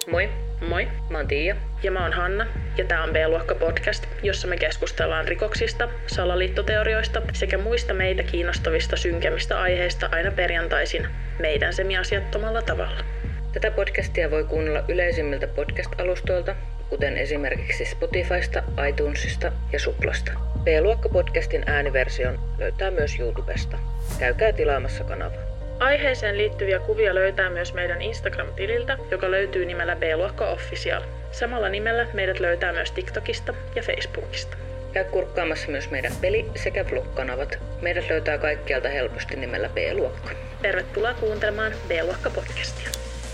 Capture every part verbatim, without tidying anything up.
Moi, Moi, mä oon Tiia. ja mä oon Hanna, ja tää on B-luokka podcast, jossa me keskustellaan rikoksista, salaliittoteorioista sekä muista meitä kiinnostavista synkemmistä aiheista aina perjantaisin meidän semiasiattomalla tavalla. Tätä podcastia voi kuunnella yleisimmiltä podcast-alustoilta, kuten esimerkiksi Spotifysta, iTunesista ja Suplasta. B-luokka-podcastin ääniversion löytää myös YouTubesta. Käykää tilaamassa kanava. Aiheeseen liittyviä kuvia löytää myös meidän Instagram-tililtä, joka löytyy nimellä B-luokka Official. Samalla nimellä meidät löytää myös TikTokista ja Facebookista. Käy kurkkaamassa myös meidän peli- sekä vlog-kanavat. Meidät löytää kaikkialta helposti nimellä B-luokka. Tervetuloa kuuntelemaan B-luokka-podcastia.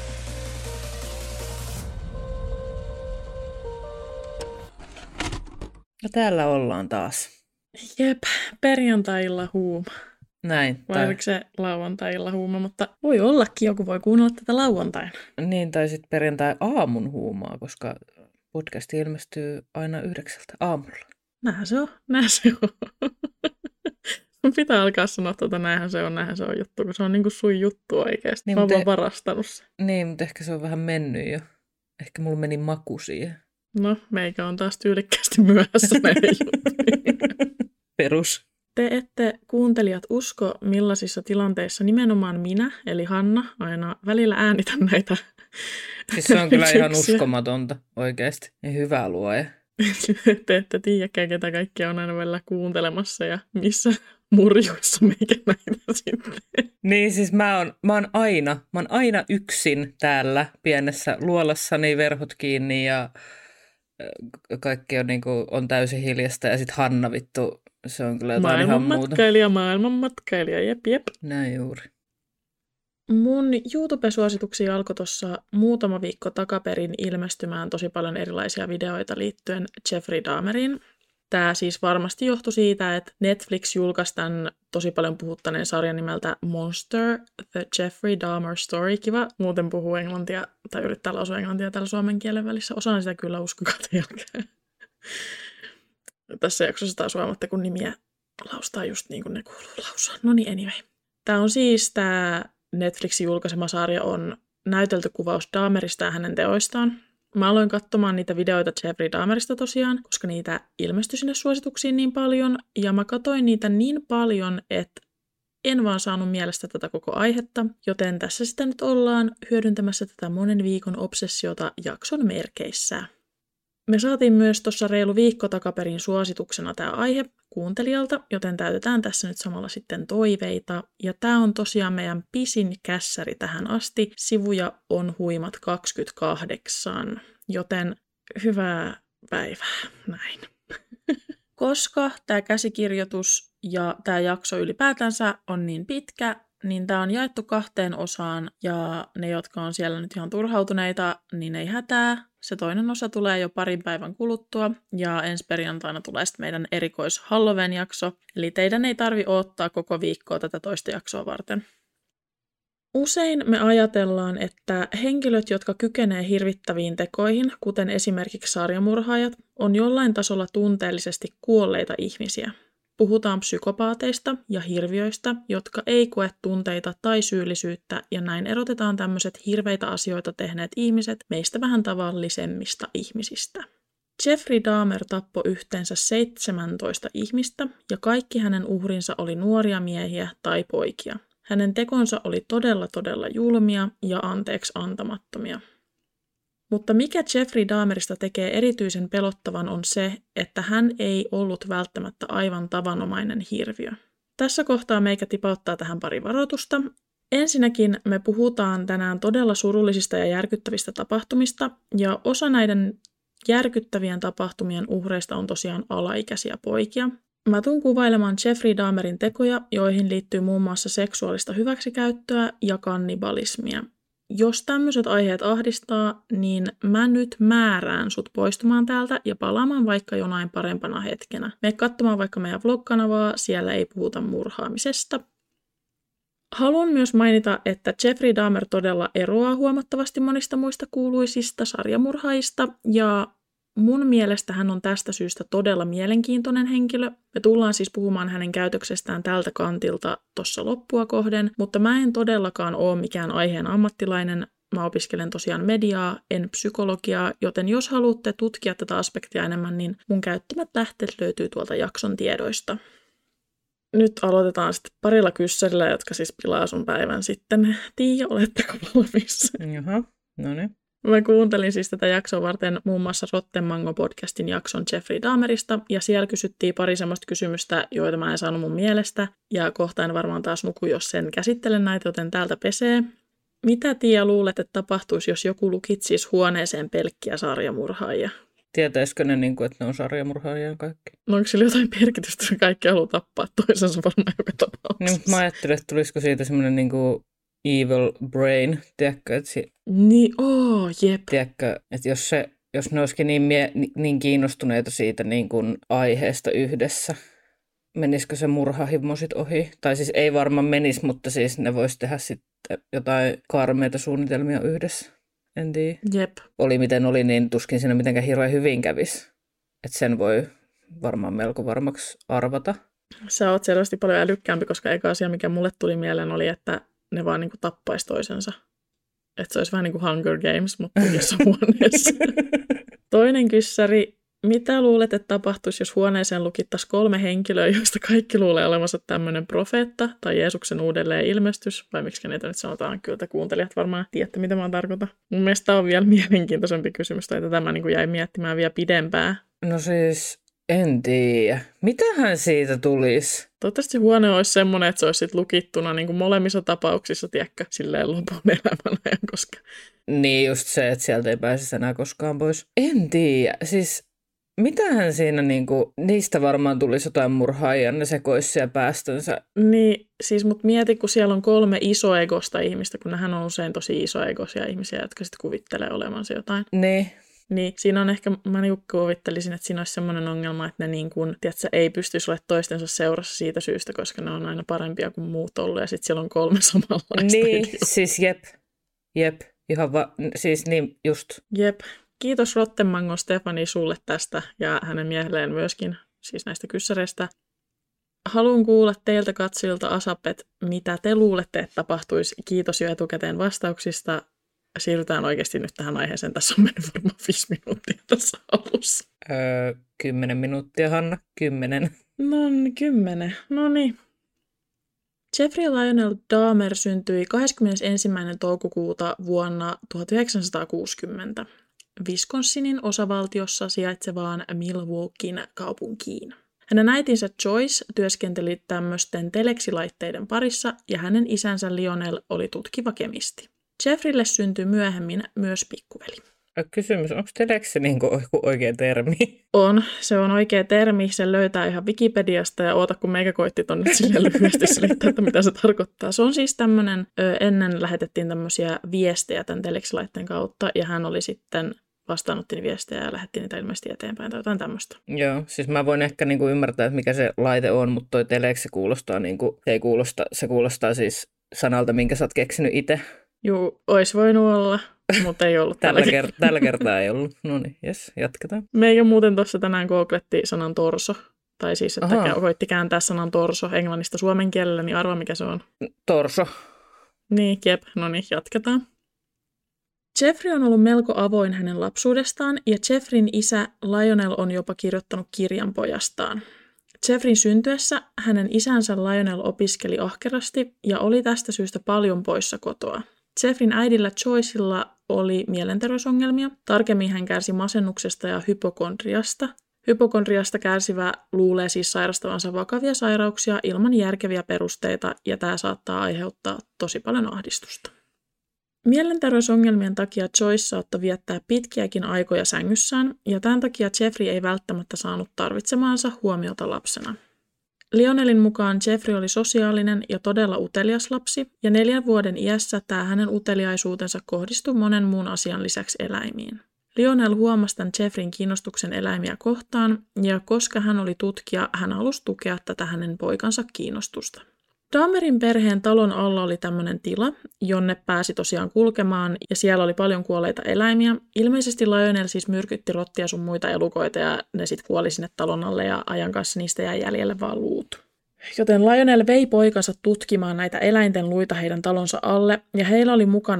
Ja täällä ollaan taas. Jep, perjantai-illa huuma. Näin. Vai Tai, oliko se lauantai-illa huuma, mutta voi ollakin, joku voi kuunnella tätä lauantaina. niin, tai sitten perjantai-aamun huumaa, koska podcast ilmestyy aina yhdeksältä aamulla. Näinhän se on, näinhän se on. Sun pitää alkaa sanoa tuota, näinhän se on, näinhän se on juttu, kun se on niinku sun juttu oikeasti. Niin, Mä oon mutta vaan e- varastanut se. Niin, mutta ehkä se on vähän mennyt jo. Ehkä mulla meni maku siihen. No, meikä on taas tyylikkäästi myöhässä näiden juttuihin. Perus. Te ette kuuntelijat usko, millaisissa tilanteissa nimenomaan minä, eli Hanna, aina välillä äänitän näitä. Siis se on kyllä ihan äänityksiä. uskomatonta oikeasti. Ja hyvä luoja. Te ette tiedäkään, ketä kaikkia on aina välillä kuuntelemassa ja missä murjuissa meikä näitä sitten. Niin, siis mä oon, mä oon aina, mä oon aina yksin täällä pienessä luolassani, verhot kiinni ja äh, kaikki on, niin kuin, on täysin hiljasta. Ja sit Hanna vittu, se on kyllä jotain ihan muuta. Maailmanmatkailija, maailmanmatkailija, jep jep. Näin juuri. Mun YouTube-suosituksia alkoi tuossa muutama viikko takaperin ilmestymään tosi paljon erilaisia videoita liittyen Jeffrey Dahmeriin. Tämä siis varmasti johtui siitä, että Netflix julkaisi tämän tosi paljon puhuttaneen sarjan nimeltä Monster, The Jeffrey Dahmer Story. Kiva muuten puhuu englantia tai yrittää lausua englantia tällä suomen kielen välissä. Osaan sitä kyllä, uskokaa jälkeen. Tässä jaksossa taas huomaatte, kun nimiä laustaa just niin kuin ne kuuluu lausua. No niin, anyway. Tämä on siis tämä Netflixin julkaisema sarja on näytelty kuvaus Dahmerista ja hänen teoistaan. Mä aloin katsomaan niitä videoita Jeffrey Dahmerista tosiaan, koska niitä ilmestyi sinne suosituksiin niin paljon. Ja mä katsoin niitä niin paljon, että en vaan saanut mielestä tätä koko aihetta, joten tässä sitä nyt ollaan hyödyntämässä tätä monen viikon obsessiota jakson merkeissä. Me saatiin myös tuossa reilu viikko takaperin suosituksena tämä aihe kuuntelijalta, joten täytetään tässä nyt samalla sitten toiveita. Ja tämä on tosiaan meidän pisin kässäri tähän asti. Sivuja on huimat kaksikymmentäkahdeksan, joten hyvää päivää, näin. Koska tämä käsikirjoitus ja tämä jakso ylipäätänsä on niin pitkä, niin tämä on jaettu kahteen osaan, ja ne, jotka on siellä nyt ihan turhautuneita, niin ei hätää. Se toinen osa tulee jo parin päivän kuluttua, ja ensi perjantaina tulee sitten meidän erikois Halloween-jakso, eli teidän ei tarvi odottaa koko viikkoa tätä toista jaksoa varten. Usein me ajatellaan, että henkilöt, jotka kykenee hirvittäviin tekoihin, kuten esimerkiksi sarjamurhaajat, on jollain tasolla tunteellisesti kuolleita ihmisiä. Puhutaan psykopaateista ja hirviöistä, jotka ei koe tunteita tai syyllisyyttä, ja näin erotetaan tämmöiset hirveitä asioita tehneet ihmiset meistä vähän tavallisemmista ihmisistä. Jeffrey Dahmer tappoi yhteensä seitsemäntoista ihmistä, ja kaikki hänen uhrinsa oli nuoria miehiä tai poikia. Hänen tekonsa oli todella todella julmia ja anteeksi antamattomia. Mutta mikä Jeffrey Dahmerista tekee erityisen pelottavan on se, että hän ei ollut välttämättä aivan tavanomainen hirviö. Tässä kohtaa meikä tipauttaa tähän pari varoitusta. Ensinnäkin me puhutaan tänään todella surullisista ja järkyttävistä tapahtumista, ja osa näiden järkyttävien tapahtumien uhreista on tosiaan alaikäisiä poikia. Mä tuun kuvailemaan Jeffrey Dahmerin tekoja, joihin liittyy muun muassa seksuaalista hyväksikäyttöä ja kannibalismia. Jos tämmöiset aiheet ahdistaa, niin mä nyt määrään sut poistumaan täältä ja palaamaan vaikka jonain parempana hetkenä. Mene katsomaan vaikka meidän vlog-kanavaa, siellä ei puhuta murhaamisesta. Haluan myös mainita, että Jeffrey Dahmer todella eroaa huomattavasti monista muista kuuluisista sarjamurhaajista, ja mun mielestä hän on tästä syystä todella mielenkiintoinen henkilö. Me tullaan siis puhumaan hänen käytöksestään tältä kantilta tuossa loppua kohden, mutta mä en todellakaan ole mikään aiheen ammattilainen, mä opiskelen tosiaan mediaa, en psykologiaa, joten jos haluatte tutkia tätä aspektia enemmän, niin mun käyttämät lähteet löytyy tuolta jakson tiedoista. Nyt aloitetaan sitten parilla kyssärillä, jotka siis pilaa sun päivän sitten. Tiia, oletteko valmis? Jaha, no niin. Mä kuuntelin siis tätä jaksoa varten muun muassa Rotten Mango-podcastin jakson Jeffrey Dahmerista, ja siellä kysyttiin pari semmoista kysymystä, joita mä en saanut mun mielestä, ja kohta en varmaan taas nuku, jos sen käsittelen näitä, joten täältä pesee. Mitä Tiia luulet, että tapahtuisi, jos joku lukitsisi huoneeseen pelkkiä sarjamurhaajia? Tietäisikö ne, niin kuin, että ne on sarjamurhaajia kaikki? No onko sillä jotain merkitystä, että kaikki haluaa tappaa toisensa varmaan joka tapauksessa? Niin, mä ajattelin, että tulisiko siitä semmoinen niin kuin evil brain, tiedätkö, että, si- Niin, oo, jep. tiedätkö, että jos, se, jos ne olisikin niin, mie- niin kiinnostuneita siitä niin kuin aiheesta yhdessä, menisikö se murhahimo sit ohi? Tai siis ei varmaan menisi, mutta siis ne vois tehdä sitten jotain karmeita suunnitelmia yhdessä. En tiedä. Jep. Oli miten oli, niin tuskin siinä mitenkään hirveän hyvin kävisi. Että sen voi varmaan melko varmaksi arvata. Sä oot selvästi paljon älykkäämpi, koska eka asia, mikä mulle tuli mieleen, oli, että ne vaan niinku tappaisi toisensa. Että se olisi vähän niin kuin Hunger Games, mutta jossain huoneessa. Toinen kyssäri. Mitä luulet, että tapahtuisi, jos huoneeseen lukittaisi kolme henkilöä, joista kaikki luulee olevansa tämmöinen profeetta tai Jeesuksen uudelleen ilmestys? Vai miksi niitä nyt sanotaan? Kyllä te kuuntelijat varmaan tiedätte, mitä mä tarkoitan. Mun mielestä tämä on vielä mielenkiintoisempi kysymys, tai tätä mä niin kuin jäin miettimään vielä pidempään. No siis, en tiedä. Mitähän siitä tulisi? Toivottavasti huone olisi semmoinen, että se olisi sit lukittuna niin kuin molemmissa tapauksissa, tiedätkö, silleen lopun elämän ajan, koska... Niin just se, että sieltä ei pääsisi enää koskaan pois. En tiedä. Siis... Mitähän siinä niinku, niistä varmaan tulisi jotain murhaajia, ne sekoisi siellä päästönsä. Niin, siis mut mieti, kun siellä on kolme isoegosta ihmistä, kun nehän on usein tosi isoegoisia ihmisiä, jotka sitten kuvittelee olevansa jotain. Niin. Niin, siinä on ehkä, mä niinku kuvittelisin, että siinä olisi semmoinen ongelma, että ne niinku, tiedätkö, ei pystyisi olemaan toistensa seurassa siitä syystä, koska ne on aina parempia kuin muut ollut, ja sitten siellä on kolme samanlaista. Niin, idioa. siis jep, jep, ihan va, siis niin just. Jep. Kiitos Rotten Mango Stefani sulle tästä ja hänen miehelleen myöskin, siis näistä kyssäreistä. Haluan kuulla teiltä katsojilta asapet, mitä te luulette, että tapahtuisi. Kiitos jo etukäteen vastauksista. Siirrytään oikeasti nyt tähän aiheeseen. Tässä on mennyt varmaan viisi minuuttia tässä alussa. Öö, kymmenen minuuttia, Hanna. Kymmenen. No niin, kymmenen. No niin. Jeffrey Lionel Dahmer syntyi kahdeskymmenesensimmäinen toukokuuta vuonna tuhatyhdeksänsataakuusikymmentä. Wisconsinin osavaltiossa sijaitsevaan Milwaukeein kaupunkiin. Hänen äitinsä Joyce työskenteli tämmöisten teleksilaitteiden parissa ja hänen isänsä Lionel oli tutkiva kemisti. Jeffreylle syntyi myöhemmin myös pikkuveli. Kysymys, onko teleksi niin kuin oikea termi? On, se on oikea termi, sen löytää ihan Wikipediasta ja oota kun meikä koitti ton nyt silleen lyhyesti selittää, että mitä se tarkoittaa. Se on siis tämmöinen, ennen lähetettiin tämmöisiä viestejä tämän teleksilaitteen kautta ja hän oli sitten vastaanotti niitä viestejä ja lähetti niitä ilmeisesti eteenpäin tai jotain tämmöistä. Joo, siis mä voin ehkä niinku ymmärtää, että mikä se laite on, mutta toi teleksi kuulostaa, niinku, se, ei kuulosta, se kuulostaa siis sanalta, minkä sä oot keksinyt itse. Juu, ois voinut olla, mutta ei ollut tällä, tällä, kert- tällä kertaa ei ollut. No niin, jes, jatketaan. Meikä muuten tuossa tänään googletti sanan torso. Tai siis, että Aha. koitti kääntää sanan torso englannista suomen kielellä, niin arva mikä se on. Torso. Niin, jep, no niin, jatketaan. Jeffrey on ollut melko avoin hänen lapsuudestaan, ja Jeffreyn isä Lionel on jopa kirjoittanut kirjan pojastaan. Jeffreyn syntyessä hänen isänsä Lionel opiskeli ahkerasti ja oli tästä syystä paljon poissa kotoa. Jeffreyn äidillä Joycella oli mielenterveysongelmia. Tarkemmin hän kärsi masennuksesta ja hypokondriasta. Hypokondriasta kärsivä luulee siis sairastavansa vakavia sairauksia ilman järkeviä perusteita, ja tämä saattaa aiheuttaa tosi paljon ahdistusta. Mielenterveysongelmien takia Joyce saattoi viettää pitkiäkin aikoja sängyssään, ja tämän takia Jeffrey ei välttämättä saanut tarvitsemaansa huomiota lapsena. Lionelin mukaan Jeffrey oli sosiaalinen ja todella utelias lapsi, ja neljän vuoden iässä tämä hänen uteliaisuutensa kohdistui monen muun asian lisäksi eläimiin. Lionel huomasi tämän Jeffreyn kiinnostuksen eläimiä kohtaan, ja koska hän oli tutkija, hän halusi tukea tätä hänen poikansa kiinnostusta. Dahmerin perheen talon alla oli tämmöinen tila, jonne pääsi tosiaan kulkemaan, ja siellä oli paljon kuolleita eläimiä. Ilmeisesti Lionel siis myrkytti rottia sun muita elukoita, ja ne sitten kuoli sinne talon alle, ja ajan kanssa niistä jäi jäljelle vaan luut. Joten Lionel vei poikansa tutkimaan näitä eläinten luita heidän talonsa alle, ja heillä oli mukanaan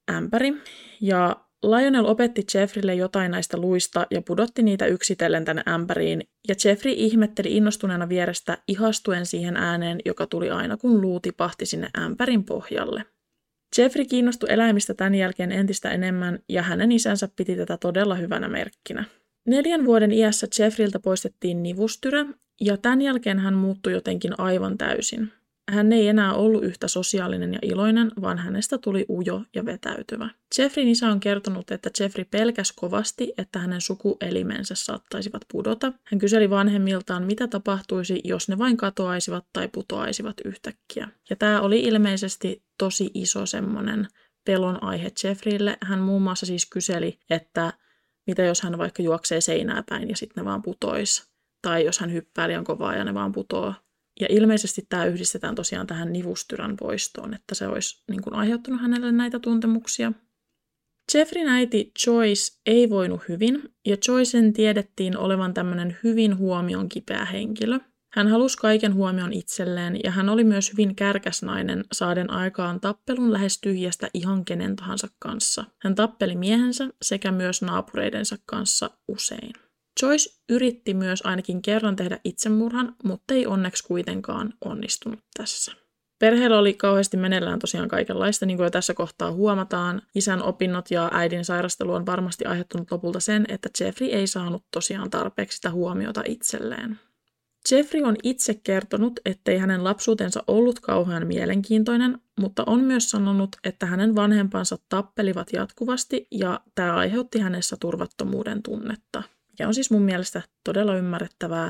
ämpäri, ja Lionel opetti Jeffreylle jotain näistä luista ja pudotti niitä yksitellen tänne ämpäriin, ja Jeffrey ihmetteli innostuneena vierestä ihastuen siihen ääneen, joka tuli aina kun luu tipahti sinne ämpärin pohjalle. Jeffrey kiinnostui eläimistä tämän jälkeen entistä enemmän, ja hänen isänsä piti tätä todella hyvänä merkkinä. Neljän vuoden iässä Jeffreyltä poistettiin nivustyrä, ja tämän jälkeen hän muuttui jotenkin aivan täysin. Hän ei enää ollut yhtä sosiaalinen ja iloinen, vaan hänestä tuli ujo ja vetäytyvä. Jeffreyn isä on kertonut, että Jeffrey pelkäsi kovasti, että hänen sukuelimensä saattaisivat pudota. Hän kyseli vanhemmiltaan, mitä tapahtuisi, jos ne vain katoaisivat tai putoaisivat yhtäkkiä. Ja tämä oli ilmeisesti tosi iso semmoinen pelon aihe Jeffreylle. Hän muun muassa siis kyseli, että mitä jos hän vaikka juoksee seinää päin ja sitten ne vaan putoisi. Tai jos hän hyppää liian kovaa ja ne vaan putoo. Ja ilmeisesti tämä yhdistetään tosiaan tähän nivustyrän poistoon, että se olisi niin kuin aiheuttanut hänelle näitä tuntemuksia. Jeffreyn äiti Joyce ei voinut hyvin, ja Joycen tiedettiin olevan tämmöinen hyvin huomion kipeä henkilö. Hän halusi kaiken huomion itselleen, ja hän oli myös hyvin kärkäs nainen saaden aikaan tappelun lähes tyhjästä ihan kenen tahansa kanssa. Hän tappeli miehensä sekä myös naapureidensa kanssa usein. Joyce yritti myös ainakin kerran tehdä itsemurhan, mutta ei onneksi kuitenkaan onnistunut tässä. Perheellä oli kauheasti meneillään tosiaan kaikenlaista, niin kuin jo tässä kohtaa huomataan. Isän opinnot ja äidin sairastelu on varmasti aiheuttanut lopulta sen, että Jeffrey ei saanut tosiaan tarpeeksi sitä huomiota itselleen. Jeffrey on itse kertonut, ettei hänen lapsuutensa ollut kauhean mielenkiintoinen, mutta on myös sanonut, että hänen vanhempansa tappelivat jatkuvasti ja tämä aiheutti hänessä turvattomuuden tunnetta. Ja on siis mun mielestä todella ymmärrettävää.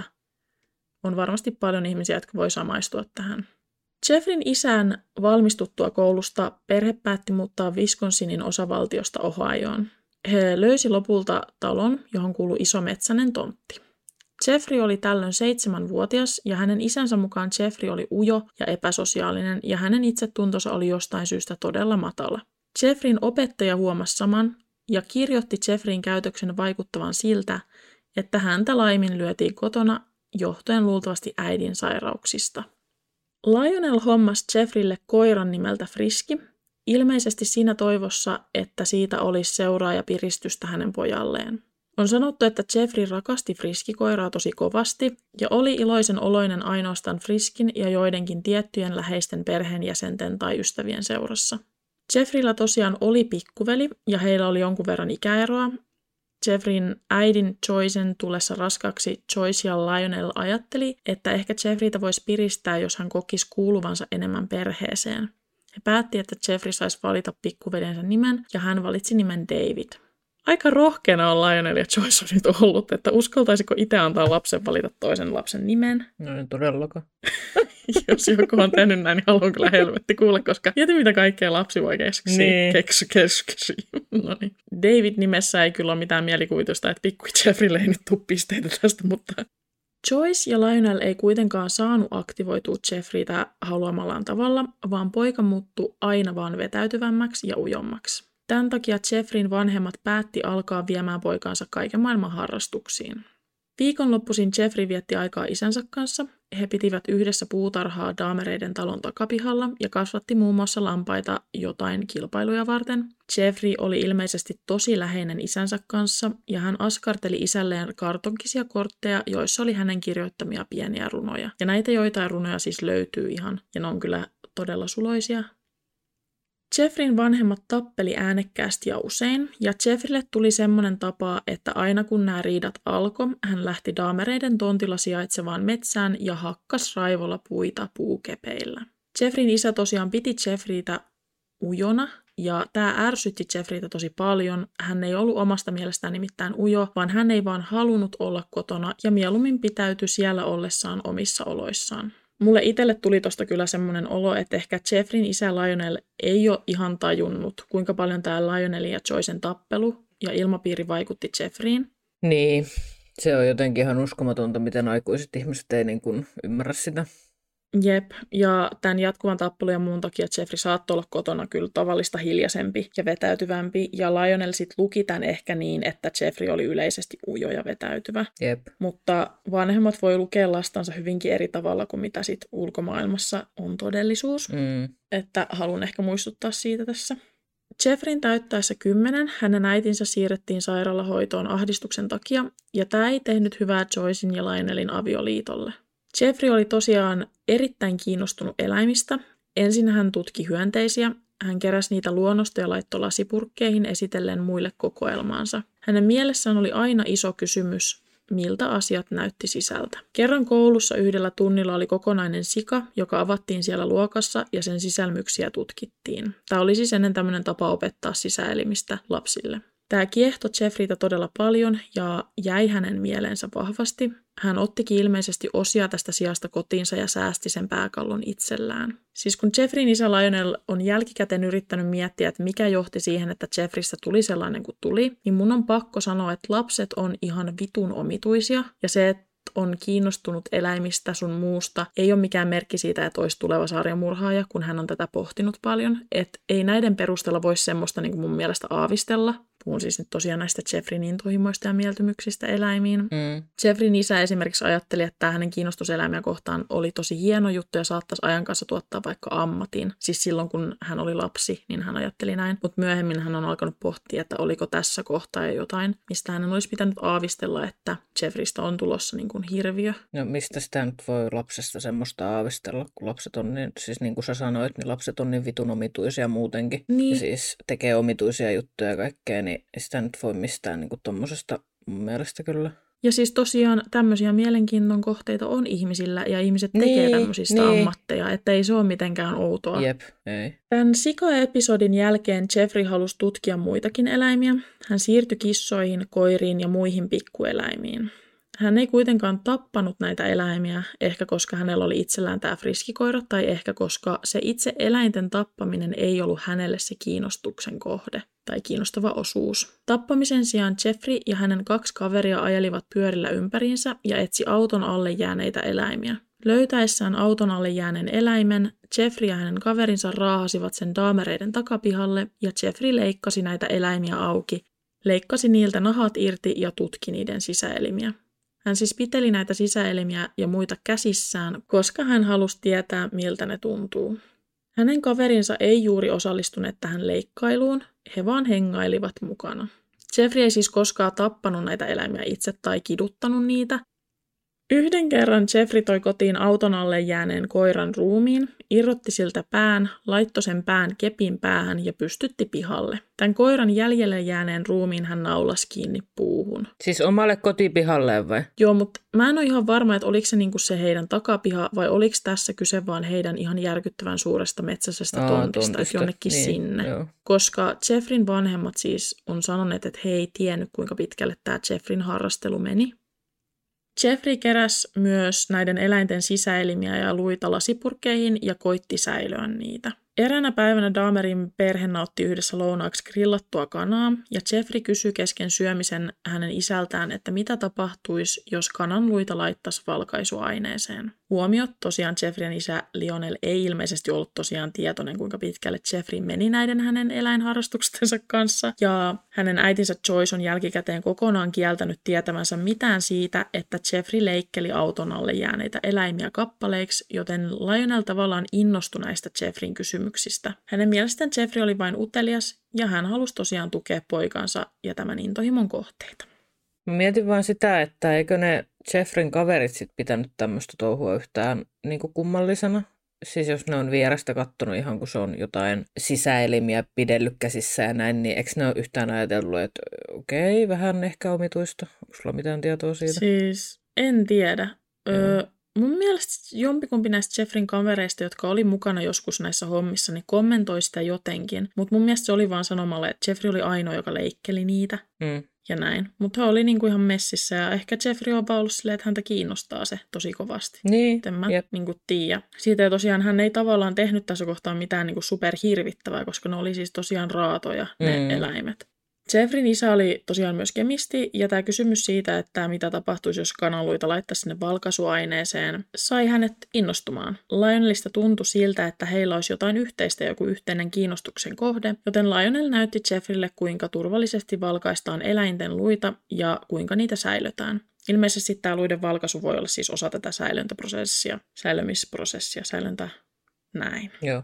On varmasti paljon ihmisiä, jotka voi samaistua tähän. Jeffreyn isän valmistuttua koulusta perhe päätti muuttaa Wisconsinin osavaltiosta Ohioon. He löysi lopulta talon, johon kuului iso metsäinen tontti. Jeffrey oli tällöin seitsemänvuotias ja hänen isänsä mukaan Jeffrey oli ujo ja epäsosiaalinen ja hänen itsetuntonsa oli jostain syystä todella matala. Jeffreyn opettaja huomasi saman ja kirjoitti Jeffreyn käytöksen vaikuttavan siltä, että häntä laiminlyötiin kotona johtuen luultavasti äidin sairauksista. Lionel hommasi Jeffreylle koiran nimeltä Friski, ilmeisesti siinä toivossa, että siitä olisi seuraa ja piristystä hänen pojalleen. On sanottu, että Jeffrey rakasti Friskikoiraa tosi kovasti ja oli iloisen oloinen ainoastaan Friskin ja joidenkin tiettyjen läheisten perheenjäsenten tai ystävien seurassa. Jeffreyllä tosiaan oli pikkuveli ja heillä oli jonkun verran ikäeroa. Jeffreyn äidin Joycen tullessa raskaaksi Joyce ja Lionel ajatteli, että ehkä Jeffreytä voisi piristää, jos hän kokisi kuuluvansa enemmän perheeseen. He päätti, että Jeffrey saisi valita pikkuveljensä nimen ja hän valitsi nimen David. Aika rohkeana on Lionel ja Joyce on nyt ollut, että uskaltaisiko itse antaa lapsen valita toisen lapsen nimen. No en todellakaan. Jos joku on tehnyt näin, niin haluan kyllä helvetti kuulla, koska mieti mitä kaikkea lapsi voi keksiä. Niin. Keksy, keksy. No niin. David-nimessä ei kyllä ole mitään mielikuvitusta, että pikku Jeffreylle ei nyt tule pisteitä tästä, mutta Joyce ja Lionel ei kuitenkaan saanut aktivoitua Jeffreytä haluamallaan tavalla, vaan poika muuttui aina vaan vetäytyvämmäksi ja ujommaksi. Tämän takia Jeffreyn vanhemmat päätti alkaa viemään poikaansa kaiken maailman harrastuksiin. Viikonloppuisin Jeffrey vietti aikaa isänsä kanssa. He pitivät yhdessä puutarhaa Dahmereiden talon takapihalla ja kasvatti muun muassa lampaita jotain kilpailuja varten. Jeffrey oli ilmeisesti tosi läheinen isänsä kanssa ja hän askarteli isälleen kartonkisia kortteja, joissa oli hänen kirjoittamia pieniä runoja. Ja näitä joitain runoja siis löytyy ihan ja ne on kyllä todella suloisia. Jeffreyn vanhemmat tappeli äänekkäästi ja usein, ja Jeffreylle tuli semmoinen tapa, että aina kun nämä riidat alkoi, hän lähti Dahmereiden tontilla sijaitsevaan metsään ja hakkas raivolla puita puukepeillä. Jeffreyn isä tosiaan piti Jeffreytä ujona, ja tämä ärsytti Jeffreytä tosi paljon. Hän ei ollut omasta mielestään nimittäin ujo, vaan hän ei vaan halunnut olla kotona ja mieluummin pitäytyi siellä ollessaan omissa oloissaan. Mulle itselle tuli tosta kyllä semmoinen olo, että ehkä Jeffreyn isä Lionel ei ole ihan tajunnut, kuinka paljon tämä Lionelin ja Joycen tappelu ja ilmapiiri vaikutti Jeffreyin. Niin, se on jotenkin ihan uskomatonta, miten aikuiset ihmiset ei niin kuin ymmärrä sitä. Jep, ja tämän jatkuvan tappelun ja muun takia Jeffrey saattoi olla kotona kyllä tavallista hiljaisempi ja vetäytyvämpi, ja Lionel sitten luki tämän ehkä niin, että Jeffrey oli yleisesti ujo ja vetäytyvä. Jep. Mutta vanhemmat voi lukea lastansa hyvinkin eri tavalla kuin mitä sitten ulkomaailmassa on todellisuus, Mm. että haluan ehkä muistuttaa siitä tässä. Jeffreyn täyttäessä kymmenen hänen äitinsä siirrettiin sairaalahoitoon ahdistuksen takia, ja tämä ei tehnyt hyvää Joycen ja Lionelin avioliitolle. Jeffrey oli tosiaan erittäin kiinnostunut eläimistä. Ensin hän tutki hyönteisiä, hän keräsi niitä luonnosta ja laittoi lasipurkkeihin esitellen muille kokoelmaansa. Hänen mielessään oli aina iso kysymys, miltä asiat näytti sisältä. Kerran koulussa yhdellä tunnilla oli kokonainen sika, joka avattiin siellä luokassa ja sen sisälmyksiä tutkittiin. Tämä oli siis ennen tämmöinen tapa opettaa sisäelimistä lapsille. Tämä kiehtoi Jeffreytä todella paljon ja jäi hänen mieleensä vahvasti. Hän ottikin ilmeisesti osia tästä sijasta kotiinsa ja säästi sen pääkallon itsellään. Siis kun Jeffreyn isä Lionel on jälkikäteen yrittänyt miettiä, että mikä johti siihen, että Jeffreystä tuli sellainen kuin tuli, niin mun on pakko sanoa, että lapset on ihan vitun omituisia. Ja se, että on kiinnostunut eläimistä sun muusta, ei ole mikään merkki siitä, että olisi tuleva sarjamurhaaja, kun hän on tätä pohtinut paljon. Että ei näiden perusteella voisi semmoista niin kuin mun mielestä aavistella. Puhun siis nyt tosiaan näistä Jeffreyn intohimoista ja mieltymyksistä eläimiin. Mm. Jeffreyn isä esimerkiksi ajatteli, että tämä hänen kiinnostus eläimiä kohtaan oli tosi hieno juttu ja saattaisi ajan kanssa tuottaa vaikka ammatin. Siis silloin, kun hän oli lapsi, niin hän ajatteli näin. Mutta myöhemmin hän on alkanut pohtia, että oliko tässä kohtaa jotain, mistä hänen olisi pitänyt aavistella, että Jeffreystä on tulossa niin kuin hirviö. No mistä sitä nyt voi lapsesta semmoista aavistella, kun lapset on niin, siis niin kuin sä sanoit, niin lapset on niin vitun omituisia muutenkin. Niin. Ja siis tekee omituisia juttuja ja kaikkea, niin sitä nyt voi mistään niin kuin tommosesta mun mielestä kyllä. Ja siis tosiaan tämmöisiä mielenkiinnon kohteita on ihmisillä ja ihmiset tekee niin, tämmöisistä niin. ammatteja, että ei se ole mitenkään outoa. Jep, ei. Tämän sika-episodin jälkeen Jeffrey halusi tutkia muitakin eläimiä. Hän siirtyi kissoihin, koiriin ja muihin pikkueläimiin. Hän ei kuitenkaan tappanut näitä eläimiä, ehkä koska hänellä oli itsellään tämä friskikoira, tai ehkä koska se itse eläinten tappaminen ei ollut hänelle se kiinnostuksen kohde tai kiinnostava osuus. Tappamisen sijaan Jeffrey ja hänen kaksi kaveria ajelivat pyörillä ympäriinsä ja etsi auton alle jääneitä eläimiä. Löytäessään auton alle jääneen eläimen, Jeffrey ja hänen kaverinsa raahasivat sen daamereiden takapihalle ja Jeffrey leikkasi näitä eläimiä auki, leikkasi niiltä nahat irti ja tutki niiden sisäelimiä. Hän siis piteli näitä sisäelimiä ja muita käsissään, koska hän halusi tietää, miltä ne tuntuu. Hänen kaverinsa ei juuri osallistuneet tähän leikkailuun, he vaan hengailivat mukana. Jeffrey ei siis koskaan tappanut näitä eläimiä itse tai kiduttanut niitä. Yhden kerran Jeffrey toi kotiin auton alle jääneen koiran ruumiin, irrotti siltä pään, laittoi sen pään kepin päähän ja pystytti pihalle. Tämän koiran jäljelle jääneen ruumiin hän naulasi kiinni puuhun. Siis omalle kotipihalleen vai? Joo, mutta mä en ole ihan varma, että oliko se niinku se heidän takapiha vai oliko tässä kyse vaan heidän ihan järkyttävän suuresta metsäisestä Aa, tontista, tontista, että jonnekin niin, sinne. Joo. Koska Jeffreyn vanhemmat siis on sanoneet, että he ei tiennyt kuinka pitkälle tämä Jeffreyn harrastelu meni. Jeffrey keräsi myös näiden eläinten sisäelimiä ja luita lasipurkkeihin ja koitti säilöä niitä. Eräänä päivänä Dahmerin perhe nautti yhdessä lounaaksi grillattua kanaa, ja Jeffrey kysyi kesken syömisen hänen isältään, että mitä tapahtuisi, jos kanan luita laittaisi valkaisuaineeseen. Huomiot, tosiaan Jeffreyn isä Lionel ei ilmeisesti ollut tosiaan tietoinen, kuinka pitkälle Jeffrey meni näiden hänen eläinharrastuksensa kanssa, ja hänen äitinsä Joyce on jälkikäteen kokonaan kieltänyt tietävänsä mitään siitä, että Jeffrey leikkeli auton alle jääneitä eläimiä kappaleiksi, joten Lionel tavallaan innostui näistä Jeffreyn kysymyksistä. Hänen mielestään Jeffrey oli vain utelias, ja hän halusi tosiaan tukea poikansa ja tämän intohimon kohteita. Mietin vaan sitä, että eikö ne Jeffreyn kaverit sit pitänyt tämmöistä touhua yhtään niin kuin kummallisena. Siis jos ne on vierestä kattonut ihan kun se on jotain sisäelimiä pidellyt käsissä ja näin, niin eikö ne ole yhtään ajatellut, että okei, okay, vähän ehkä omituista. Onko sulla mitään tietoa siitä? Siis en tiedä. Öö, mun mielestä jompikumpi näistä Jeffreyn kavereista, jotka oli mukana joskus näissä hommissa, niin kommentoi sitä jotenkin. Mutta mun mielestä se oli vaan sanomalla, että Jeffrey oli ainoa, joka leikkeli niitä. Mm. Ja näin. Mutta he oli niinku ihan messissä ja ehkä Jeffrey on ollut silleen, että häntä kiinnostaa se tosi kovasti. Niin. En mä niinku tiedä. Siitä ei tosiaan hän ei tavallaan tehnyt tässä kohtaa mitään niinku superhirvittävää, koska ne oli siis tosiaan raatoja ne mm. eläimet. Jeffreyn isä oli tosiaan myös kemisti, ja tämä kysymys siitä, että mitä tapahtuisi, jos kanaluita laittaisi sinne valkaisuaineeseen, sai hänet innostumaan. Lionelista tuntui siltä, että heillä olisi jotain yhteistä, joku yhteinen kiinnostuksen kohde, joten Lionel näytti Jeffreylle, kuinka turvallisesti valkaistaan eläinten luita ja kuinka niitä säilötään. Ilmeisesti tämä luiden valkaisu voi olla siis osa tätä säilöntäprosessia, säilömisprosessia, säilöntä näin. Joo.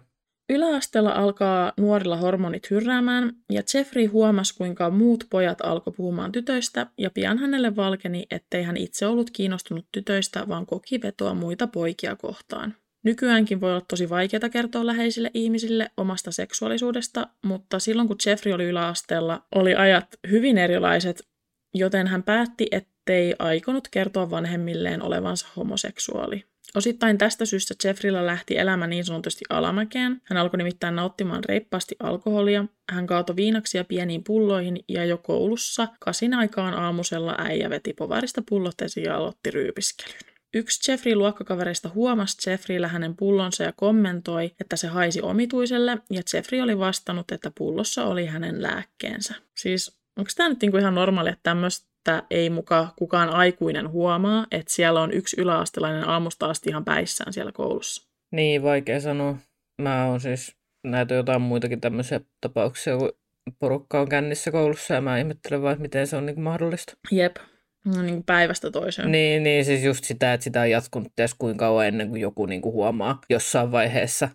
Yläasteella alkaa nuorilla hormonit hyrräämään, ja Jeffrey huomasi, kuinka muut pojat alkoi puhumaan tytöistä, ja pian hänelle valkeni, ettei hän itse ollut kiinnostunut tytöistä, vaan koki vetoa muita poikia kohtaan. Nykyäänkin voi olla tosi vaikeaa kertoa läheisille ihmisille omasta seksuaalisuudesta, mutta silloin kun Jeffrey oli yläasteella, oli ajat hyvin erilaiset, joten hän päätti, ettei aikonut kertoa vanhemmilleen olevansa homoseksuaali. Osittain tästä syystä Jeffreyllä lähti elämä niin sanotusti alamäkeen. Hän alkoi nimittäin nauttimaan reippaasti alkoholia. Hän kaatoi viinaksia pieniin pulloihin ja jo koulussa kasin aikaan aamusella äijä veti povarista pullot esiin ja aloitti ryypiskelyn. Yksi Jeffrey luokkakavereista huomasi Jeffreyllä hänen pullonsa ja kommentoi, että se haisi omituiselle, ja Jeffrey oli vastannut, että pullossa oli hänen lääkkeensä. Siis onko tämä nyt niinku ihan normaali, että tämmöistä ei muka kukaan aikuinen huomaa, että siellä on yksi yläastelainen aamusta asti ihan päissään siellä koulussa? Niin, vaikea sanoa. Mä oon siis näitä jotain muitakin tämmöisiä tapauksia, kun porukka on kännissä koulussa ja mä ihmettelen vaan, miten se on niin kuin mahdollista. Jep. No niin kuin päivästä toiseen. Niin, niin, siis just sitä, että sitä on jatkunut ties kuinka kauan ennen kuin joku niin kuin huomaa jossain vaiheessa,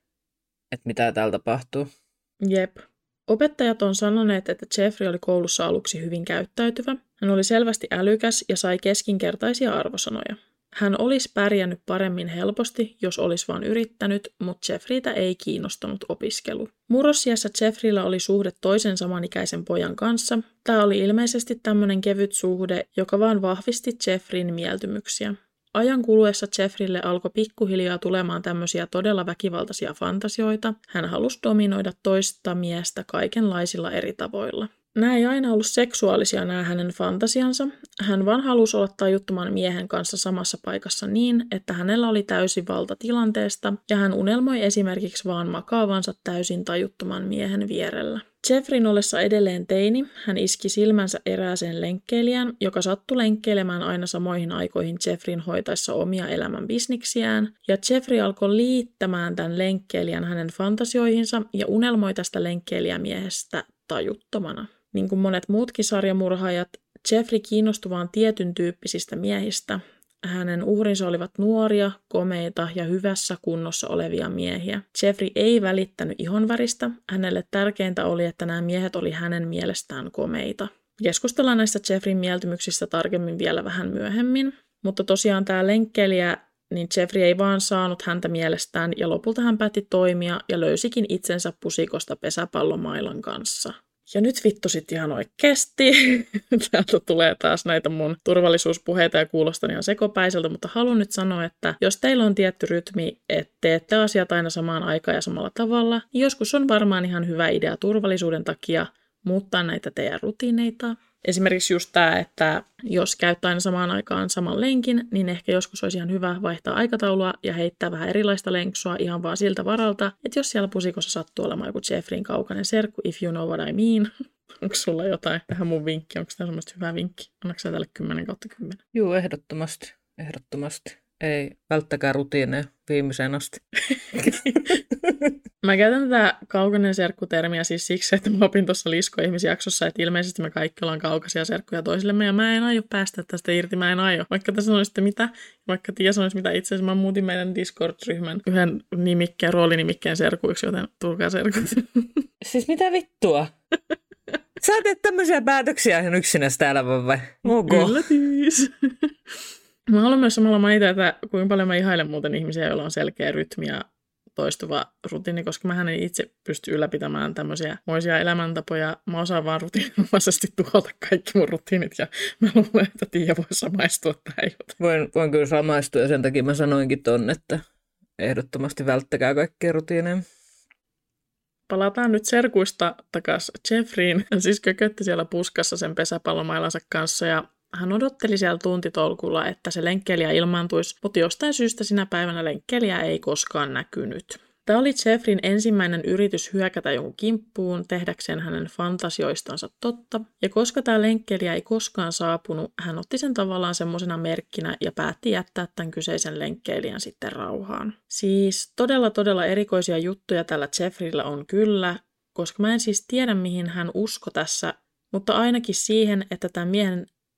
että mitä täällä tapahtuu. Jep. Opettajat on sanoneet, että Jeffrey oli koulussa aluksi hyvin käyttäytyvä. Hän oli selvästi älykäs ja sai keskinkertaisia arvosanoja. Hän olisi pärjännyt paremmin helposti, jos olisi vaan yrittänyt, mutta Jeffreytä ei kiinnostanut opiskelu. Murrosiässä Jeffreyllä oli suhde toisen samanikäisen pojan kanssa. Tämä oli ilmeisesti tämmöinen kevyt suhde, joka vaan vahvisti Jeffreyn mieltymyksiä. Ajan kuluessa Jeffreylle alkoi pikkuhiljaa tulemaan tämmöisiä todella väkivaltaisia fantasioita. Hän halusi dominoida toista miestä kaikenlaisilla eri tavoilla. Nämä ei aina ollut seksuaalisia nämä hänen fantasiansa. Hän vaan halusi olla tajuttoman miehen kanssa samassa paikassa niin, että hänellä oli täysi valta tilanteesta, ja hän unelmoi esimerkiksi vaan makaavansa täysin tajuttoman miehen vierellä. Jeffreyn ollessa edelleen teini, hän iski silmänsä erääseen lenkkeilijään, joka sattui lenkkeilemään aina samoihin aikoihin Jeffreyn hoitaessa omia elämän bisniksiään, ja Jeffrey alkoi liittämään tämän lenkkeilijän hänen fantasioihinsa ja unelmoi tästä lenkkeilijämiehestä tajuttomana. Niin kuin monet muutkin sarjamurhaajat, Jeffrey kiinnostui vaan tietyn tyyppisistä miehistä. Hänen uhrinsa olivat nuoria, komeita ja hyvässä kunnossa olevia miehiä. Jeffrey ei välittänyt ihonväristä. Hänelle tärkeintä oli, että nämä miehet oli hänen mielestään komeita. Keskustellaan näistä Jeffreyn mieltymyksistä tarkemmin vielä vähän myöhemmin. Mutta tosiaan tämä lenkkeilijä, niin Jeffrey ei vaan saanut häntä mielestään ja lopulta hän päätti toimia ja löysikin itsensä pusikosta pesäpallomailan kanssa. Ja nyt vittu sit ihan oikeesti. Täältä tulee taas näitä mun turvallisuuspuheita ja kuulostan ihan sekopäiseltä, mutta haluan nyt sanoa, että jos teillä on tietty rytmi, että teette asiat aina samaan aikaan ja samalla tavalla, niin joskus on varmaan ihan hyvä idea turvallisuuden takia muuttaa näitä teidän rutiineita. Esimerkiksi just tämä, että jos käyttää aina samaan aikaan saman lenkin, niin ehkä joskus olisi ihan hyvä vaihtaa aikataulua ja heittää vähän erilaista lenksua ihan vaan siltä varalta, että jos siellä pusikossa sattuu olemaan joku Jeffreyn kaukainen serkku, if you know what I mean. Onko sulla jotain tähän mun vinkki? Onko tämä semmoista hyvää vinkki? Annatko sä tälle kymmenen kautta kymmenen? Joo, ehdottomasti. Ehdottomasti. Ei välttäkää rutiineja viimeiseen asti. Mä käytän tätä kaukainen serkku-termiä siis siksi, että mä opin tuossa Lisko-ihmisjaksossa, että ilmeisesti me kaikki ollaan kaukaisia serkkuja toisillemme, ja mä en aio päästä tästä irti, mä en aio. Vaikka tässä sanoisitte mitä, vaikka Tiia sanoisi mitä itse asiassa, mä muutin meidän Discord-ryhmän yhden nimikkeen, roolinimikkeen serkuiksi, joten tulkaa serkut. Siis mitä vittua? Sä teet tämmöisiä päätöksiä ihan yksinäs täällä vai? Okay. Yllätys. Mä haluan myös samalla mainita, että kuinka paljon mä ihailen muuten ihmisiä, joilla on selkeä rytmi ja toistuva rutiini, koska mä en itse pysty ylläpitämään tämmöisiä moisia elämäntapoja. Mä osaan vaan rutiininomaisesti tuhota kaikki mun rutiinit ja mä luulen, että Tiia voi samaistua tähän. Voin, voin kyllä samaistua ja sen takia mä sanoinkin ton, että ehdottomasti välttäkää kaikkia rutiineja. Palataan nyt serkuista takaisin Jeffreyn. Hän siis kökötti siellä puskassa sen pesäpallomailansa kanssa ja hän odotteli siellä tuntitolkulla, että se lenkkeilijä ilmaantuisi, mutta jostain syystä sinä päivänä lenkkeilijä ei koskaan näkynyt. Tämä oli Jeffreyn ensimmäinen yritys hyökätä jonkun kimppuun tehdäkseen hänen fantasioistansa totta, ja koska tämä lenkkeilijä ei koskaan saapunut, hän otti sen tavallaan semmoisena merkkinä ja päätti jättää tämän kyseisen lenkkeilijän sitten rauhaan. Siis todella todella erikoisia juttuja tällä Jeffreyllä on kyllä, koska mä en siis tiedä mihin hän uskoi tässä, mutta ainakin siihen, että tämän miehen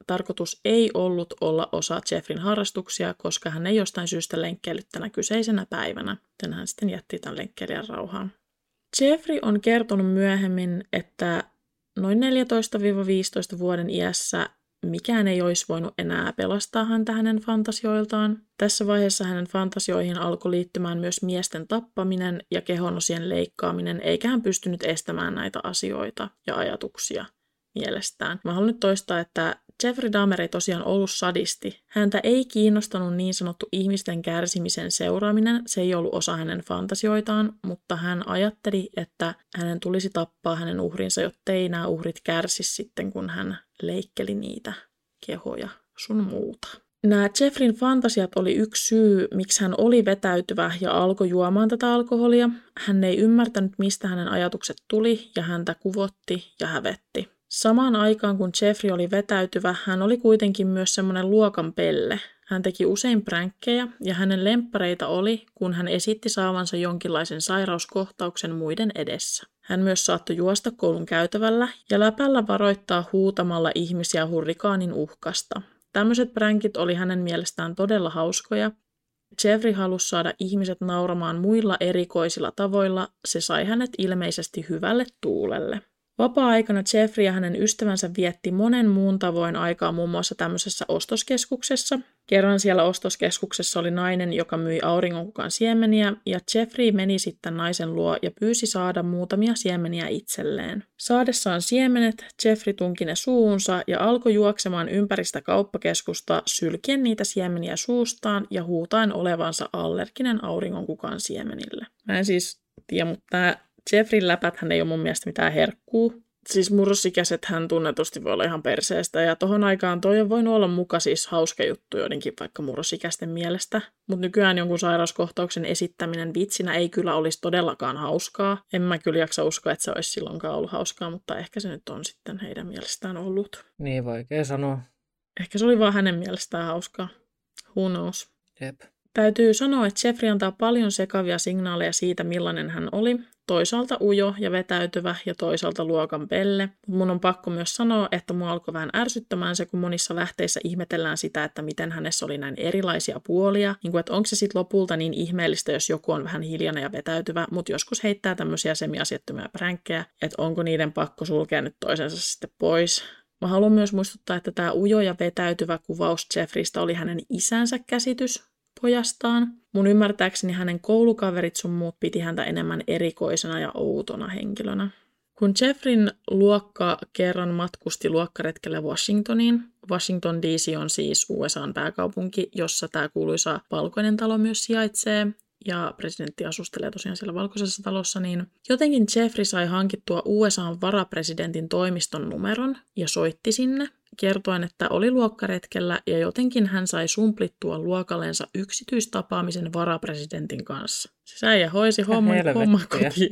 tarkoitus ei ollut olla osa Jeffrin harrastuksia, koska hän ei jostain syystä lenkkeillyt tänä kyseisenä päivänä, joten hän sitten jätti tämän lenkkeilijän rauhaan. Jeffrey on kertonut myöhemmin, että noin neljätoista viisitoista vuoden iässä mikään ei olisi voinut enää pelastaa häntä hänen fantasioiltaan. Tässä vaiheessa hänen fantasioihin alkoi liittymään myös miesten tappaminen ja kehonosien leikkaaminen, eikä hän pystynyt estämään näitä asioita ja ajatuksia mielestään. Mä haluan nyt toistaa, että Jeffrey Dahmer ei tosiaan ollut sadisti. Häntä ei kiinnostanut niin sanottu ihmisten kärsimisen seuraaminen, se ei ollut osa hänen fantasioitaan, mutta hän ajatteli, että hänen tulisi tappaa hänen uhrinsa, jottei nämä uhrit kärsisi sitten, kun hän leikkeli niitä kehoja sun muuta. Nämä Jeffrin fantasiat oli yksi syy, miksi hän oli vetäytyvä ja alkoi juomaan tätä alkoholia. Hän ei ymmärtänyt, mistä hänen ajatukset tuli, ja häntä kuvotti ja hävetti. Samaan aikaan, kun Jeffrey oli vetäytyvä, hän oli kuitenkin myös semmoinen luokan pelle. Hän teki usein pränkkejä, ja hänen lemppareita oli, kun hän esitti saavansa jonkinlaisen sairauskohtauksen muiden edessä. Hän myös saattoi juosta koulun käytävällä ja läpällä varoittaa huutamalla ihmisiä hurrikaanin uhkasta. Tämmöiset pränkit oli hänen mielestään todella hauskoja. Jeffrey halusi saada ihmiset nauramaan muilla erikoisilla tavoilla, se sai hänet ilmeisesti hyvälle tuulelle. Vapaa-aikana Jeffrey ja hänen ystävänsä vietti monen muun tavoin aikaa muun muassa tämmöisessä ostoskeskuksessa. Kerran siellä ostoskeskuksessa oli nainen, joka myi auringonkukan siemeniä, ja Jeffrey meni sitten naisen luo ja pyysi saada muutamia siemeniä itselleen. Saadessaan siemenet, Jeffrey tunki ne suuhunsa ja alkoi juoksemaan ympäri sitä kauppakeskusta sylkien niitä siemeniä suustaan ja huutaen olevansa allerginen auringonkukan siemenille. Mä en siis tiedä, mutta tämä Jeffrin läpäthän ei ole mun mielestä mitään herkkuu. Siis murrosikäisethän tunnetusti voi olla ihan perseestä, ja tohon aikaan toi on voinut olla muka siis hauska juttu joidenkin vaikka murrosikäisten mielestä. Mutta nykyään jonkun sairauskohtauksen esittäminen vitsinä ei kyllä olisi todellakaan hauskaa. En mä kyllä jaksa uskoa, että se olisi silloinkaan ollut hauskaa, mutta ehkä se nyt on sitten heidän mielestään ollut. Niin, vaikea sanoa. Ehkä se oli vaan hänen mielestään hauskaa. Who knows? Jep. Täytyy sanoa, että Jeffrey antaa paljon sekavia signaaleja siitä, millainen hän oli. Toisaalta ujo ja vetäytyvä ja toisaalta luokan pelle. Mun on pakko myös sanoa, että mua alkoi vähän ärsyttämään se, kun monissa lähteissä ihmetellään sitä, että miten hänessä oli näin erilaisia puolia. Niin kuin, että onko se sitten lopulta niin ihmeellistä, jos joku on vähän hiljainen ja vetäytyvä, mutta joskus heittää tämmöisiä semiasiattomia pränkkejä, että onko niiden pakko sulkea nyt toisensa sitten pois. Mä haluan myös muistuttaa, että tämä ujo ja vetäytyvä kuvaus Jeffreystä oli hänen isänsä käsitys pojastaan. Mun ymmärtääkseni hänen koulukaverit sun muut piti häntä enemmän erikoisena ja outona henkilönä. Kun Jeffreyn luokka kerran matkusti luokkaretkelle Washingtoniin, Washington D C on siis U S A:n pääkaupunki, jossa tämä kuuluisa Valkoinen talo myös sijaitsee, ja presidentti asustelee tosiaan siellä Valkoisessa talossa, niin jotenkin Jeffrey sai hankittua U S A:n varapresidentin toimiston numeron ja soitti sinne, kertoen, että oli luokkaretkellä ja jotenkin hän sai sumplittua luokallensa yksityistapaamisen varapresidentin kanssa. Siis äijä hoisi homman, homman kotiin.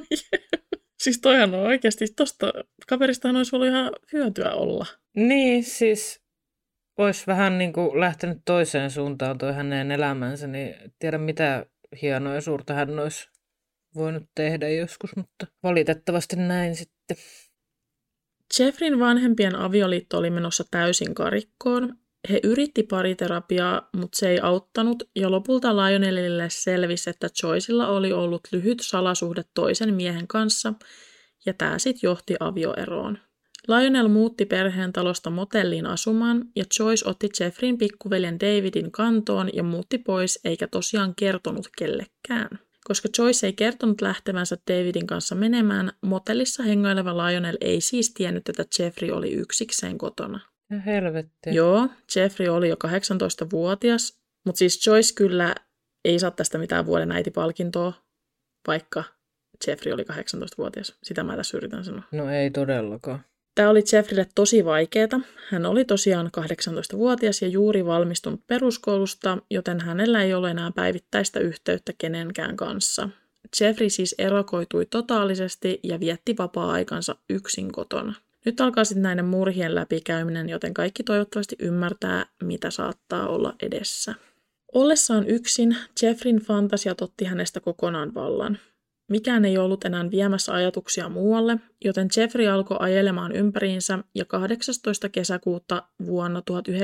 Siis toihan on oikeasti, tosta kaveristahan olisi ollut ihan hyötyä olla. Niin, siis olisi vähän niin kuin lähtenyt toiseen suuntaan toi hänen elämänsä, niin tiedä mitä hienoa ja suurta hän olisi voinut tehdä joskus, mutta valitettavasti näin sitten. Jeffreyn vanhempien avioliitto oli menossa täysin karikkoon. He yritti pariterapiaa, mutta se ei auttanut, ja lopulta Lionelille selvisi, että Joycella oli ollut lyhyt salasuhde toisen miehen kanssa, ja tämä sitten johti avioeroon. Lionel muutti perheen talosta motelliin asumaan, ja Joyce otti Jeffreyn pikkuveljen Davidin kantoon ja muutti pois, eikä tosiaan kertonut kellekään. Koska Joyce ei kertonut lähtevänsä Davidin kanssa menemään, motellissa hengaileva Lionel ei siis tiennyt, että Jeffrey oli yksikseen kotona. Ja helvettiä. Joo, Jeffrey oli jo kahdeksantoistavuotias, mutta siis Joyce kyllä ei saa tästä mitään vuoden äitipalkintoa, vaikka Jeffrey oli kahdeksantoistavuotias. Sitä mä tässä yritän sanoa. No ei todellakaan. Tämä oli Jeffreylle tosi vaikeaa. Hän oli tosiaan kahdeksantoistavuotias ja juuri valmistunut peruskoulusta, joten hänellä ei ole enää päivittäistä yhteyttä kenenkään kanssa. Jeffrey siis erakoitui totaalisesti ja vietti vapaa-aikansa yksin kotona. Nyt alkaa sitten näiden murhien läpikäyminen, joten kaikki toivottavasti ymmärtää, mitä saattaa olla edessä. Ollessaan yksin, Jeffreyn fantasiat otti hänestä kokonaan vallan. Mikään ei ollut enää viemässä ajatuksia muualle, joten Jeffrey alkoi ajelemaan ympäriinsä ja kahdeksastoista kesäkuuta vuonna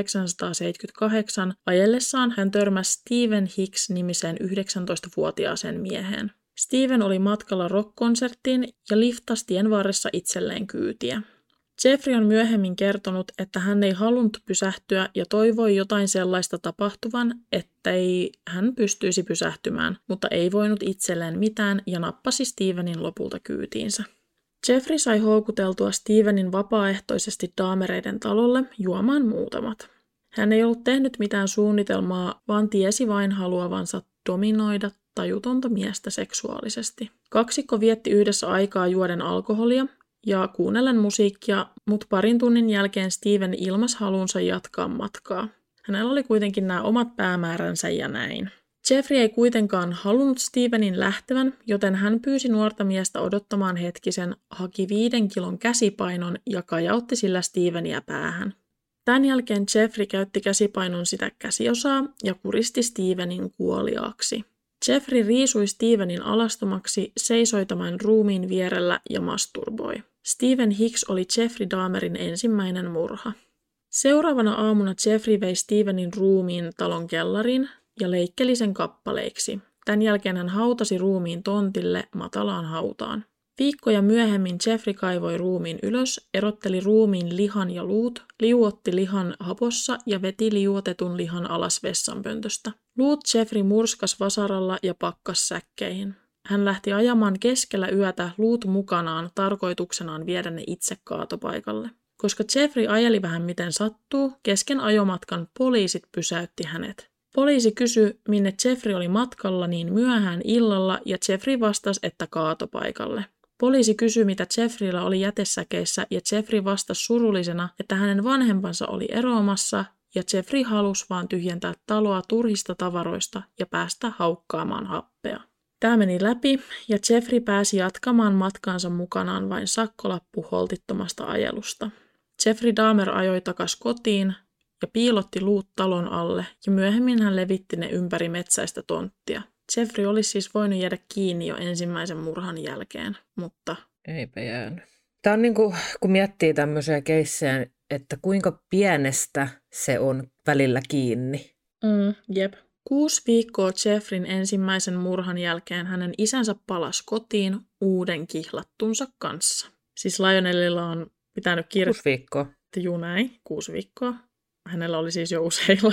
tuhatyhdeksänsataaseitsemänkymmentäkahdeksan ajellessaan hän törmäsi Stephen Hicks-nimiseen yhdeksäntoistavuotiaaseen mieheen. Steven oli matkalla rock-konserttiin ja liftasi tien varressa itselleen kyytiä. Jeffrey on myöhemmin kertonut, että hän ei halunnut pysähtyä ja toivoi jotain sellaista tapahtuvan, ettei hän pystyisi pysähtymään, mutta ei voinut itselleen mitään ja nappasi Stevenin lopulta kyytiinsä. Jeffrey sai houkuteltua Stevenin vapaaehtoisesti Dahmereiden talolle juomaan muutamat. Hän ei ollut tehnyt mitään suunnitelmaa, vaan tiesi vain haluavansa dominoida tajutonta miestä seksuaalisesti. Kaksikko vietti yhdessä aikaa juoden alkoholia ja kuunnellen musiikkia, mutta parin tunnin jälkeen Steven ilmaisi halunsa jatkaa matkaa. Hänellä oli kuitenkin nämä omat päämääränsä ja näin. Jeffrey ei kuitenkaan halunnut Stevenin lähtevän, joten hän pyysi nuorta miestä odottamaan hetkisen, haki viiden kilon käsipainon ja kajautti sillä Steveniä päähän. Tämän jälkeen Jeffrey käytti käsipainon sitä käsiosaa ja kuristi Stevenin kuoliaaksi. Jeffrey riisui Stevenin alastomaksi, seisoi tämän ruumiin vierellä ja masturboi. Stephen Hicks oli Jeffrey Dahmerin ensimmäinen murha. Seuraavana aamuna Jeffrey vei Stevenin ruumiin talon kellariin ja leikkeli sen kappaleiksi. Tämän jälkeen hän hautasi ruumiin tontille matalaan hautaan. Viikkoja myöhemmin Jeffrey kaivoi ruumiin ylös, erotteli ruumiin lihan ja luut, liuotti lihan hapossa ja veti liuotetun lihan alas vessanpöntöstä. Luut Jeffrey murskas vasaralla ja pakkas säkkeihin. Hän lähti ajamaan keskellä yötä luut mukanaan tarkoituksenaan viedä ne itse kaatopaikalle. Koska Jeffrey ajeli vähän miten sattuu, kesken ajomatkan poliisit pysäytti hänet. Poliisi kysyi, minne Jeffrey oli matkalla niin myöhään illalla ja Jeffrey vastasi, että kaatopaikalle. Poliisi kysyi, mitä Jeffreyllä oli jätesäkeissä ja Jeffrey vastasi surullisena, että hänen vanhempansa oli eroamassa ja Jeffrey halusi vaan tyhjentää taloa turhista tavaroista ja päästä haukkaamaan happea. Tämä meni läpi ja Jeffrey pääsi jatkamaan matkaansa mukanaan vain sakkolappu holtittomasta ajelusta. Jeffrey Dahmer ajoi takas kotiin ja piilotti luut talon alle ja myöhemmin hän levitti ne ympäri metsäistä tonttia. Jeffrey olisi siis voinut jäädä kiinni jo ensimmäisen murhan jälkeen, mutta... Eipä jäänyt. Tämä on niin kuin, kun miettii tämmöisiä keissejä, että kuinka pienestä se on välillä kiinni. Mm, jep. Kuusi viikkoa Jeffreyn ensimmäisen murhan jälkeen hänen isänsä palasi kotiin uuden kihlattunsa kanssa. Siis Lionelilla on pitänyt kirjoittaa... Kuusi viikkoa. Juu näin, kuusi viikkoa. Hänellä oli siis jo useilla.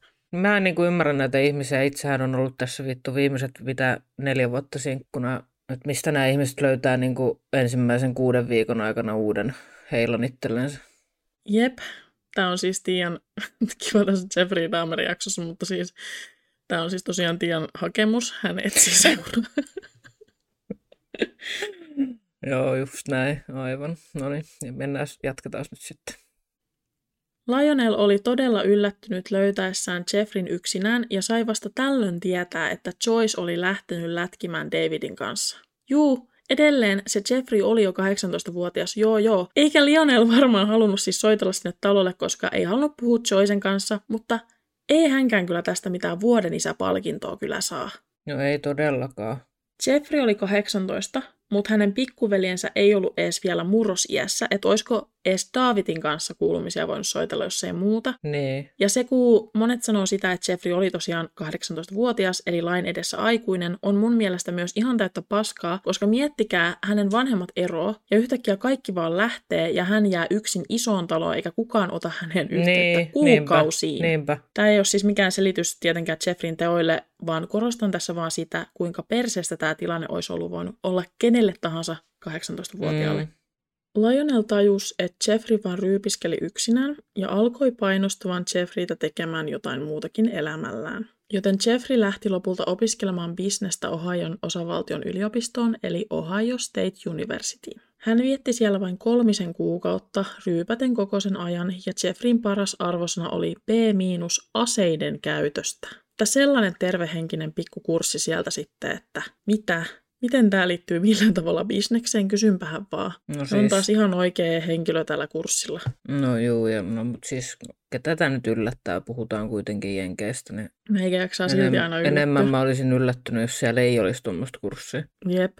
Mä en niin kuin ymmärrä näitä ihmisiä. Itsehän on ollut tässä vittu viimeiset mitä neljä vuotta sinkkuna. Että mistä nämä ihmiset löytää niin kuin ensimmäisen kuuden viikon aikana uuden heilan itsellensä. Jep. Tämä on siis Tian, kiva tässä Jeffrey Dahmerin jaksossa, mutta siis tämä on siis tosiaan Tian hakemus. Hän etsii seuraa. Joo, just näin. Aivan. No niin, mennään, jatketaan nyt sitten. Lionel oli todella yllättynyt löytäessään Jeffreyn yksinään ja sai vasta tällöin tietää, että Joyce oli lähtenyt lätkimään Davidin kanssa. Juu, edelleen se Jeffrey oli jo kahdeksantoistavuotias, joo joo. Eikä Lionel varmaan halunnut siis soitella sinne talolle, koska ei halunnut puhua Joycen kanssa, mutta ei hänkään kyllä tästä mitään vuoden isäpalkintoa kyllä saa. No ei todellakaan. Jeffrey oli kahdeksantoista, mutta hänen pikkuveljensä ei ollut edes vielä murrosiässä, että olisiko edes Davidin kanssa kuulumisia voinut soitella, jos ei muuta. Niin. Ja se, kun monet sanoo sitä, että Jeffrey oli tosiaan kahdeksantoistavuotias, eli lain edessä aikuinen, on mun mielestä myös ihan täyttä paskaa, koska miettikää, hänen vanhemmat eroo, ja yhtäkkiä kaikki vaan lähtee, ja hän jää yksin isoon taloon, eikä kukaan ota hänen yhteyttä niin, kuukausiin. Niinpä, niinpä. Tämä ei ole siis mikään selitys tietenkään Jeffreyn teoille, vaan korostan tässä vaan sitä, kuinka perseestä tämä tilanne olisi ollut voinut olla kenelle tahansa kahdeksantoistavuotiaalle. Mm. Lionel tajusi, että Jeffrey vaan ryypiskeli yksinään ja alkoi painostavan Jeffreytä tekemään jotain muutakin elämällään. Joten Jeffrey lähti lopulta opiskelemaan bisnestä Ohion osavaltion yliopistoon eli Ohio State University. Hän vietti siellä vain kolmisen kuukautta ryypäten koko sen ajan ja Jeffreyn paras arvosana oli B miinus aseiden käytöstä. Mutta sellainen tervehenkinen pikkukurssi sieltä sitten, että mitä? Miten tämä liittyy millään tavalla bisnekseen? Kysynpähän vaan. No siis... On taas ihan oikea henkilö tällä kurssilla. No juu, ja no, mutta siis ketä tämä nyt yllättää? Puhutaan kuitenkin jenkeistä. Niin meikä jaksaa silti enem- aina yllättyä. Enemmän mä olisin yllättynyt, jos siellä ei olisi tuommoista kurssia. Jep.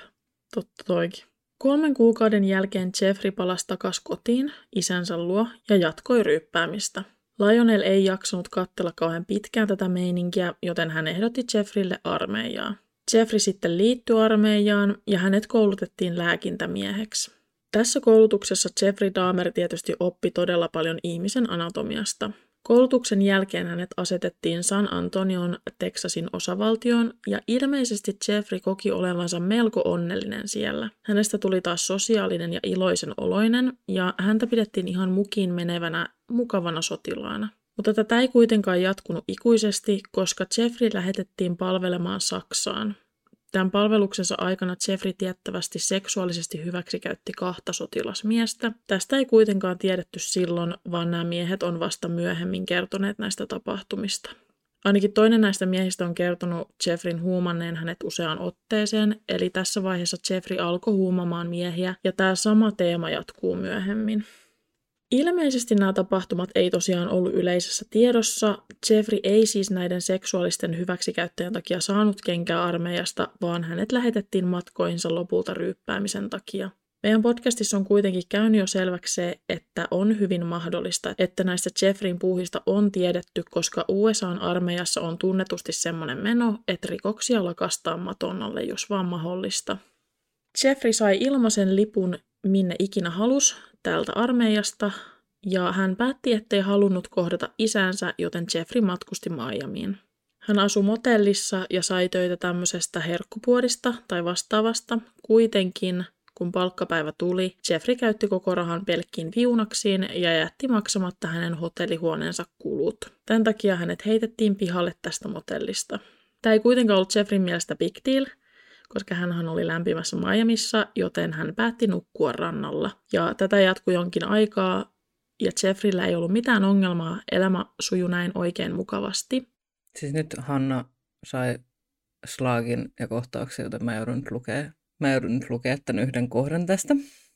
Totta toikin. Kolmen kuukauden jälkeen Jeffrey palasi takaisin kotiin isänsä luo ja jatkoi ryyppäämistä. Lionel ei jaksanut katsella kauhean pitkään tätä meininkiä, joten hän ehdotti Jeffreylle armeijaa. Jeffrey sitten liittyi armeijaan ja hänet koulutettiin lääkintämieheksi. Tässä koulutuksessa Jeffrey Dahmer tietysti oppi todella paljon ihmisen anatomiasta. Koulutuksen jälkeen hänet asetettiin San Antonioon Texasin osavaltioon ja ilmeisesti Jeffrey koki olevansa melko onnellinen siellä. Hänestä tuli taas sosiaalinen ja iloisen oloinen ja häntä pidettiin ihan mukiin menevänä mukavana sotilaana. Mutta tätä ei kuitenkaan jatkunut ikuisesti, koska Jeffrey lähetettiin palvelemaan Saksaan. Tämän palveluksensa aikana Jeffrey tiettävästi seksuaalisesti hyväksikäytti kahta sotilasmiestä. Tästä ei kuitenkaan tiedetty silloin, vaan nämä miehet on vasta myöhemmin kertoneet näistä tapahtumista. Ainakin toinen näistä miehistä on kertonut Jeffreyn huumanneen hänet useaan otteeseen, eli tässä vaiheessa Jeffrey alkoi huumamaan miehiä, ja tämä sama teema jatkuu myöhemmin. Ilmeisesti nämä tapahtumat ei tosiaan ollut yleisessä tiedossa. Jeffrey ei siis näiden seksuaalisten hyväksikäyttäjän takia saanut kenkää armeijasta, vaan hänet lähetettiin matkoihinsa lopulta ryyppäämisen takia. Meidän podcastissa on kuitenkin käynyt jo selväksi se, että on hyvin mahdollista, että näistä Jeffreyn puuhista on tiedetty, koska U S A:n armeijassa on tunnetusti semmoinen meno, että rikoksia lakastaa maton alle, jos vaan mahdollista. Jeffrey sai ilmaisen lipun minne ikinä halusi täältä armeijasta, ja hän päätti, ettei halunnut kohdata isänsä, joten Jeffrey matkusti Miamiin. Hän asui motellissa ja sai töitä tämmöisestä herkkupuodista tai vastaavasta. Kuitenkin, kun palkkapäivä tuli, Jeffrey käytti koko rahan pelkkiin viunaksiin ja jätti maksamatta hänen hotellihuoneensa kulut. Tämän takia hänet heitettiin pihalle tästä motellista. Tämä ei kuitenkaan ollut Jeffreyn mielestä big deal, koska hänhän oli lämpimässä Miamissa, joten hän päätti nukkua rannalla. Ja tätä jatkui jonkin aikaa, ja Jeffreyllä ei ollut mitään ongelmaa, elämä sujui näin oikein mukavasti. Siis nyt Hanna sai slagin ja kohtauksen, joten mä joudun nyt lukea, mä joudun nyt lukea tämän yhden kohdan tästä.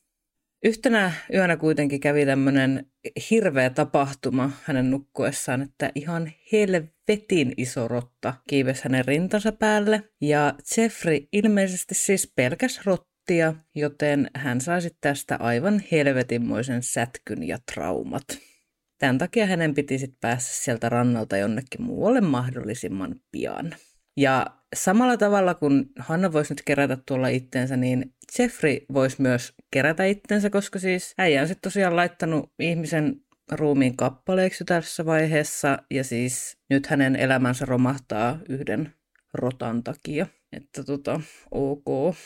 Yhtenä yönä kuitenkin kävi tämmöinen hirveä tapahtuma hänen nukkuessaan, että ihan helvetin iso rotta kiivesi hänen rintansa päälle. Ja Jeffrey ilmeisesti siis pelkäsi rottia, joten hän sai sitten tästä aivan helvetinmoisen sätkyn ja traumat. Tämän takia hänen piti sitten päästä sieltä rannalta jonnekin muualle mahdollisimman pian. Ja samalla tavalla kun Hanna voisi nyt kerätä tuolla itteensä, niin Jeffrey voisi myös kerätä itsensä, koska siis äijä on sitten tosiaan laittanut ihmisen ruumiin kappaleeksi tässä vaiheessa, ja siis nyt hänen elämänsä romahtaa yhden rotan takia. Että tota, ok.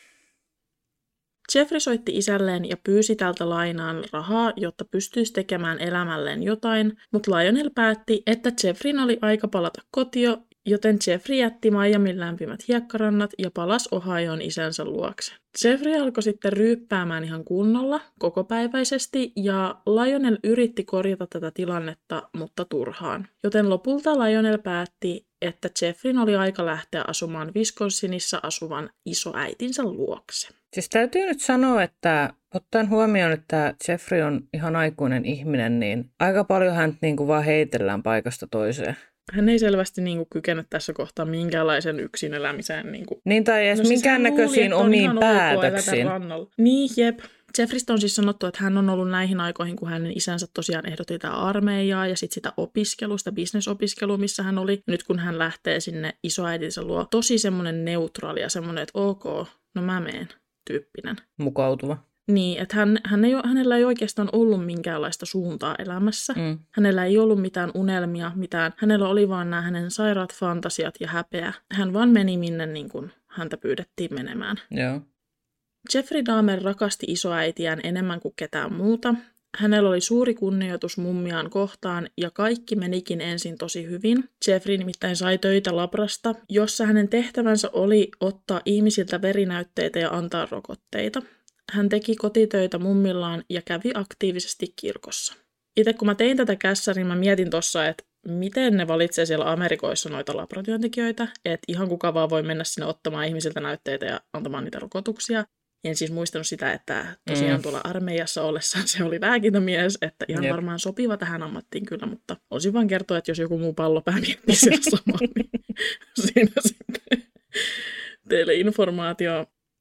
Jeffrey soitti isälleen ja pyysi tältä lainaan rahaa, jotta pystyisi tekemään elämälleen jotain, mutta Lionel päätti, että Jeffreyn oli aika palata kotio, joten Jeffrey jätti Miamin lämpimät hiekkarannat ja palasi Ohioon isänsä luokse. Jeffrey alkoi sitten ryyppäämään ihan kunnolla, kokopäiväisesti, ja Lionel yritti korjata tätä tilannetta, mutta turhaan. Joten lopulta Lionel päätti, että Jeffreyn oli aika lähteä asumaan Wisconsinissa asuvan isoäitinsä luokse. Siis täytyy nyt sanoa, että ottaen huomioon, että Jeffrey on ihan aikuinen ihminen, niin aika paljon häntä niin kuin vaan heitellään paikasta toiseen. Hän ei selvästi niin kuin kykene tässä kohtaa minkäänlaisen yksin elämiseen. Niin, kuin... niin tai edes no, siis minkäännäköisiin omiin päätöksiin. Niin, jep. Jeffreystä on siis sanottu, että hän on ollut näihin aikoihin, kun hänen isänsä tosiaan ehdotti tätä armeijaa ja sitten sitä opiskelua, sitä bisnesopiskelua, missä hän oli. Nyt kun hän lähtee sinne isoäitinsä luo, tosi semmoinen neutraali ja semmoinen, että ok, no mä meen tyyppinen. Mukautuva. Niin, että hän, hän ei, hänellä ei oikeastaan ollut minkäänlaista suuntaa elämässä. Mm. Hänellä ei ollut mitään unelmia, mitään. Hänellä oli vaan nämä hänen sairaat fantasiat ja häpeä. Hän vaan meni minne niin kuin häntä pyydettiin menemään. Joo. Jeffrey Dahmer rakasti isoäitiään enemmän kuin ketään muuta. Hänellä oli suuri kunnioitus mummiaan kohtaan ja kaikki menikin ensin tosi hyvin. Jeffrey nimittäin sai töitä labrasta, jossa hänen tehtävänsä oli ottaa ihmisiltä verinäytteitä ja antaa rokotteita. Hän teki kotitöitä mummillaan ja kävi aktiivisesti kirkossa. Itse kun mä tein tätä kässäriä, mä mietin tossa, että miten ne valitsee siellä Amerikoissa noita labratyöntekijöitä, että ihan kuka vaan voi mennä sinne ottamaan ihmisiltä näytteitä ja antamaan niitä rokotuksia. En siis muistanut sitä, että tosiaan mm. tuolla armeijassa ollessaan se oli lääkintämies, että ihan Jep. varmaan sopiva tähän ammattiin kyllä, mutta olisin vaan kertoa, että jos joku muu pallopää miettii siellä samaa, niin siinä sitten teille informaatio.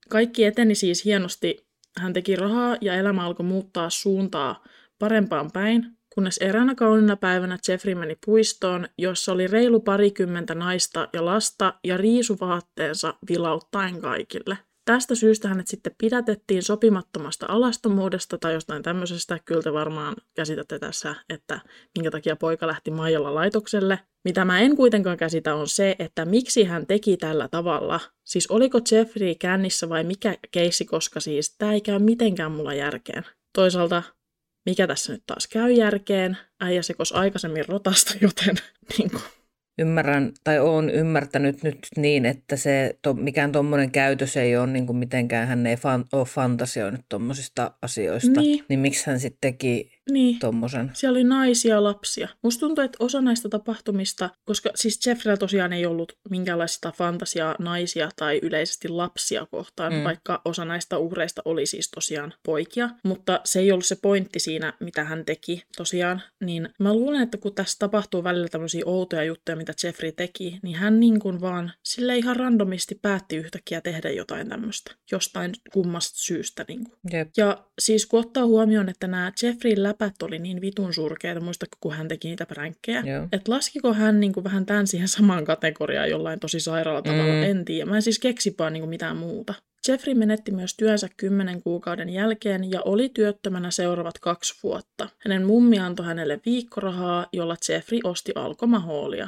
Kaikki eteni siis hienosti. Hän teki rahaa ja elämä alkoi muuttaa suuntaa parempaan päin, kunnes eräänä kauniina päivänä Jeffrey meni puistoon, jossa oli reilu parikymmentä naista ja lasta ja riisuvaatteensa vilauttaen kaikille. Tästä syystä hänet sitten pidätettiin sopimattomasta alastomuudesta tai jostain tämmöisestä. Kyllä te varmaan käsitätte tässä, että minkä takia poika lähti Maijalla laitokselle. Mitä mä en kuitenkaan käsitä on se, että miksi hän teki tällä tavalla. Siis oliko Jeffrey kännissä vai mikä keissi, koska siis tää ei käy mitenkään mulla järkeen. Toisaalta, mikä tässä nyt taas käy järkeen? Äijä sekos aikaisemmin rotasta, joten niin kuin... Ymmärrän, tai olen ymmärtänyt nyt niin, että se to, mikään tuommoinen käytös ei ole niin kuin mitenkään, hän ei fan, ole fantasioinut tuommoisista asioista. Niin. Niin miksi hän sitten teki niin. tuommoisen? Siellä oli naisia ja lapsia. Musta tuntuu, että osa näistä tapahtumista, koska siis Jeffreyllä tosiaan ei ollut minkäänlaista fantasiaa naisia tai yleisesti lapsia kohtaan, mm. vaikka osa näistä uhreista oli siis tosiaan poikia. Mutta se ei ollut se pointti siinä, mitä hän teki tosiaan. Niin mä luulen, että kun tässä tapahtuu välillä tämmöisiä outoja juttuja, mitä Jeffrey teki, niin hän niin kuin vaan sille ihan randomisti päätti yhtäkkiä tehdä jotain tämmöistä. Jostain kummasta syystä. Niin kuin. Yep. Ja siis kun ottaa huomioon, että nämä Jeffreyn läpät oli niin vitun surkeita, muistatko, kun hän teki niitä pränkkejä. Yeah. Että laskiko hän niin kuin vähän tämän siihen samaan kategoriaan jollain tosi sairaalla tavalla, mm. en tiedä. Mä en siis keksi vaan niin kuin mitään muuta. Jeffrey menetti myös työnsä kymmenen kuukauden jälkeen ja oli työttömänä seuraavat kaksi vuotta. Hänen mummi antoi hänelle viikkorahaa, jolla Jeffrey osti alkomahoolia.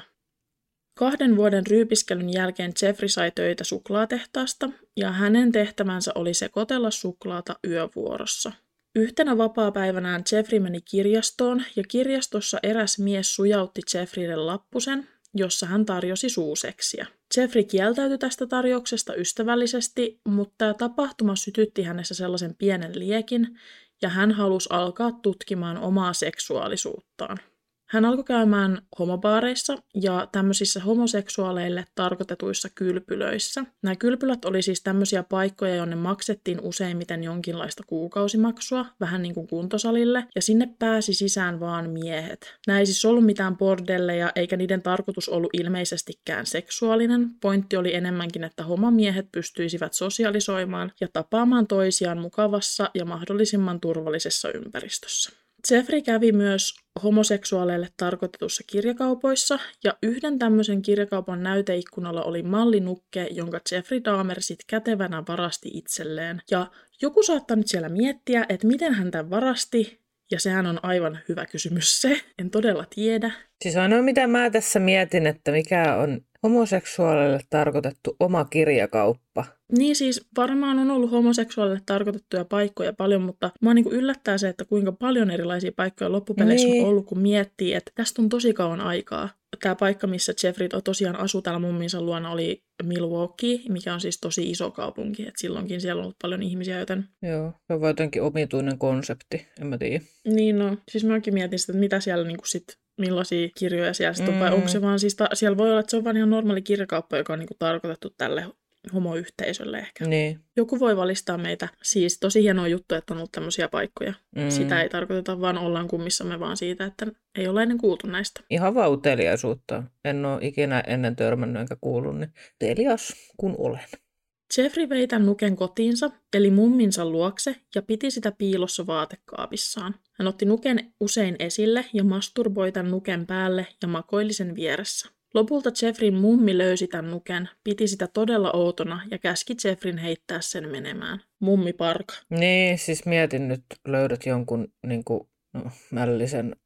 Kahden vuoden ryypiskelyn jälkeen Jeffrey sai töitä suklaatehtaasta ja hänen tehtävänsä oli sekoitella suklaata yövuorossa. Yhtenä vapaapäivänään Jeffrey meni kirjastoon ja kirjastossa eräs mies sujautti Jeffreylle lappusen, jossa hän tarjosi suuseksiä. Jeffrey kieltäytyi tästä tarjouksesta ystävällisesti, mutta tämä tapahtuma sytytti hänessä sellaisen pienen liekin ja hän halusi alkaa tutkimaan omaa seksuaalisuuttaan. Hän alkoi käymään homobaareissa ja tämmöisissä homoseksuaaleille tarkoitetuissa kylpylöissä. Nämä kylpylät oli siis tämmöisiä paikkoja, jonne maksettiin useimmiten jonkinlaista kuukausimaksua, vähän niin kuin kuntosalille, ja sinne pääsi sisään vaan miehet. Nämä ei siis ollut mitään bordelleja, eikä niiden tarkoitus ollut ilmeisestikään seksuaalinen. Pointti oli enemmänkin, että homomiehet pystyisivät sosialisoimaan ja tapaamaan toisiaan mukavassa ja mahdollisimman turvallisessa ympäristössä. Jeffrey kävi myös homoseksuaaleille tarkoitetussa kirjakaupoissa, ja yhden tämmöisen kirjakaupan näyteikkunalla oli mallinukke, jonka Jeffrey Dahmer sit kätevänä varasti itselleen. Ja joku saattaa nyt siellä miettiä, että miten hän tämän varasti, ja sehän on aivan hyvä kysymys se, en todella tiedä. Siis ainoa mitä mä tässä mietin, että mikä on homoseksuaalille tarkoitettu oma kirjakauppa. Niin siis varmaan on ollut homoseksuaalille tarkoitettuja paikkoja paljon, mutta mua niin kuin yllättää se, että kuinka paljon erilaisia paikkoja loppupeleissä niin on ollut, kun miettii, että tästä on tosi kauan aikaa. Tämä paikka, missä Jeffrey tosiaan asui täällä mumminsa luona, oli Milwaukee, mikä on siis tosi iso kaupunki. Et silloinkin siellä on ollut paljon ihmisiä, joten... Joo, se on jotenkin omituinen konsepti, en mä tiedä. Niin no, siis mäkin mietin sitä, että mitä siellä niin kuin sit... millaisia kirjoja siellä sitten on, vai onko se vaan siis, ta- siellä voi olla, että se on vaan ihan normaali kirjakauppa, joka on niinku tarkoitettu tälle homoyhteisölle ehkä. Niin. Joku voi valistaa meitä. Siis tosi hienoa juttu, että on ollut tämmöisiä paikkoja. Mm. Sitä ei tarkoiteta vaan ollaan kummissamme, vaan siitä, että ei ole ennen kuultu näistä. Ihan vaan uteliaisuutta. En ole ikinä ennen törmännyt enkä kuullut, niin utelias kun olen. Jeffrey vei tämän nuken kotiinsa, eli mumminsa luokse, ja piti sitä piilossa vaatekaapissaan. Hän otti nuken usein esille ja masturboi tämän nuken päälle ja makoili sen vieressä. Lopulta Jeffreyn mummi löysi tämän nuken, piti sitä todella outona ja käski Jeffreyn heittää sen menemään. Mummi parka. Niin, siis mietin nyt, löydät jonkun niin kuin, no, mällisen...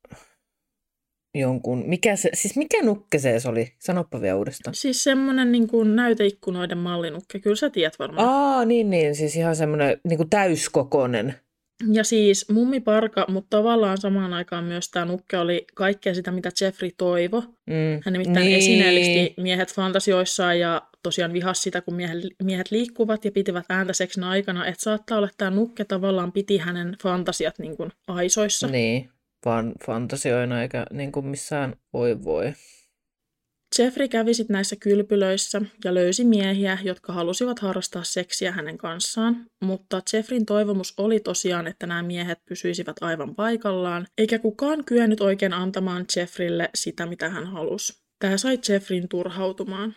jonkun, mikä se, siis mikä nukke se oli? Sanoppa vielä uudestaan. Siis semmoinen niin kuin näyteikkunoiden mallinukke, kyllä sä tiedät varmaan. Aa, niin niin, siis ihan semmoinen niin kuin täyskokoinen. Ja siis mummi parka, mutta tavallaan samaan aikaan myös tämä nukke oli kaikkea sitä, mitä Jeffrey toivo. Mm. Hän nimittäin niin. esineellisti miehet fantasioissaan ja tosiaan vihasi sitä, kun miehet, miehet liikkuvat ja pitivät ääntä seksin aikana, että saattaa olla, että tämä nukke tavallaan piti hänen fantasiat niin kuin aisoissa. Niin. Vaan fantasioina eikä niin kuin missään voi voi. Jeffrey kävi sitten näissä kylpylöissä ja löysi miehiä, jotka halusivat harrastaa seksiä hänen kanssaan, mutta Jeffreyn toivomus oli tosiaan, että nämä miehet pysyisivät aivan paikallaan, eikä kukaan kyennyt oikein antamaan Jeffreylle sitä, mitä hän halusi. Tämä sai Jeffreyn turhautumaan.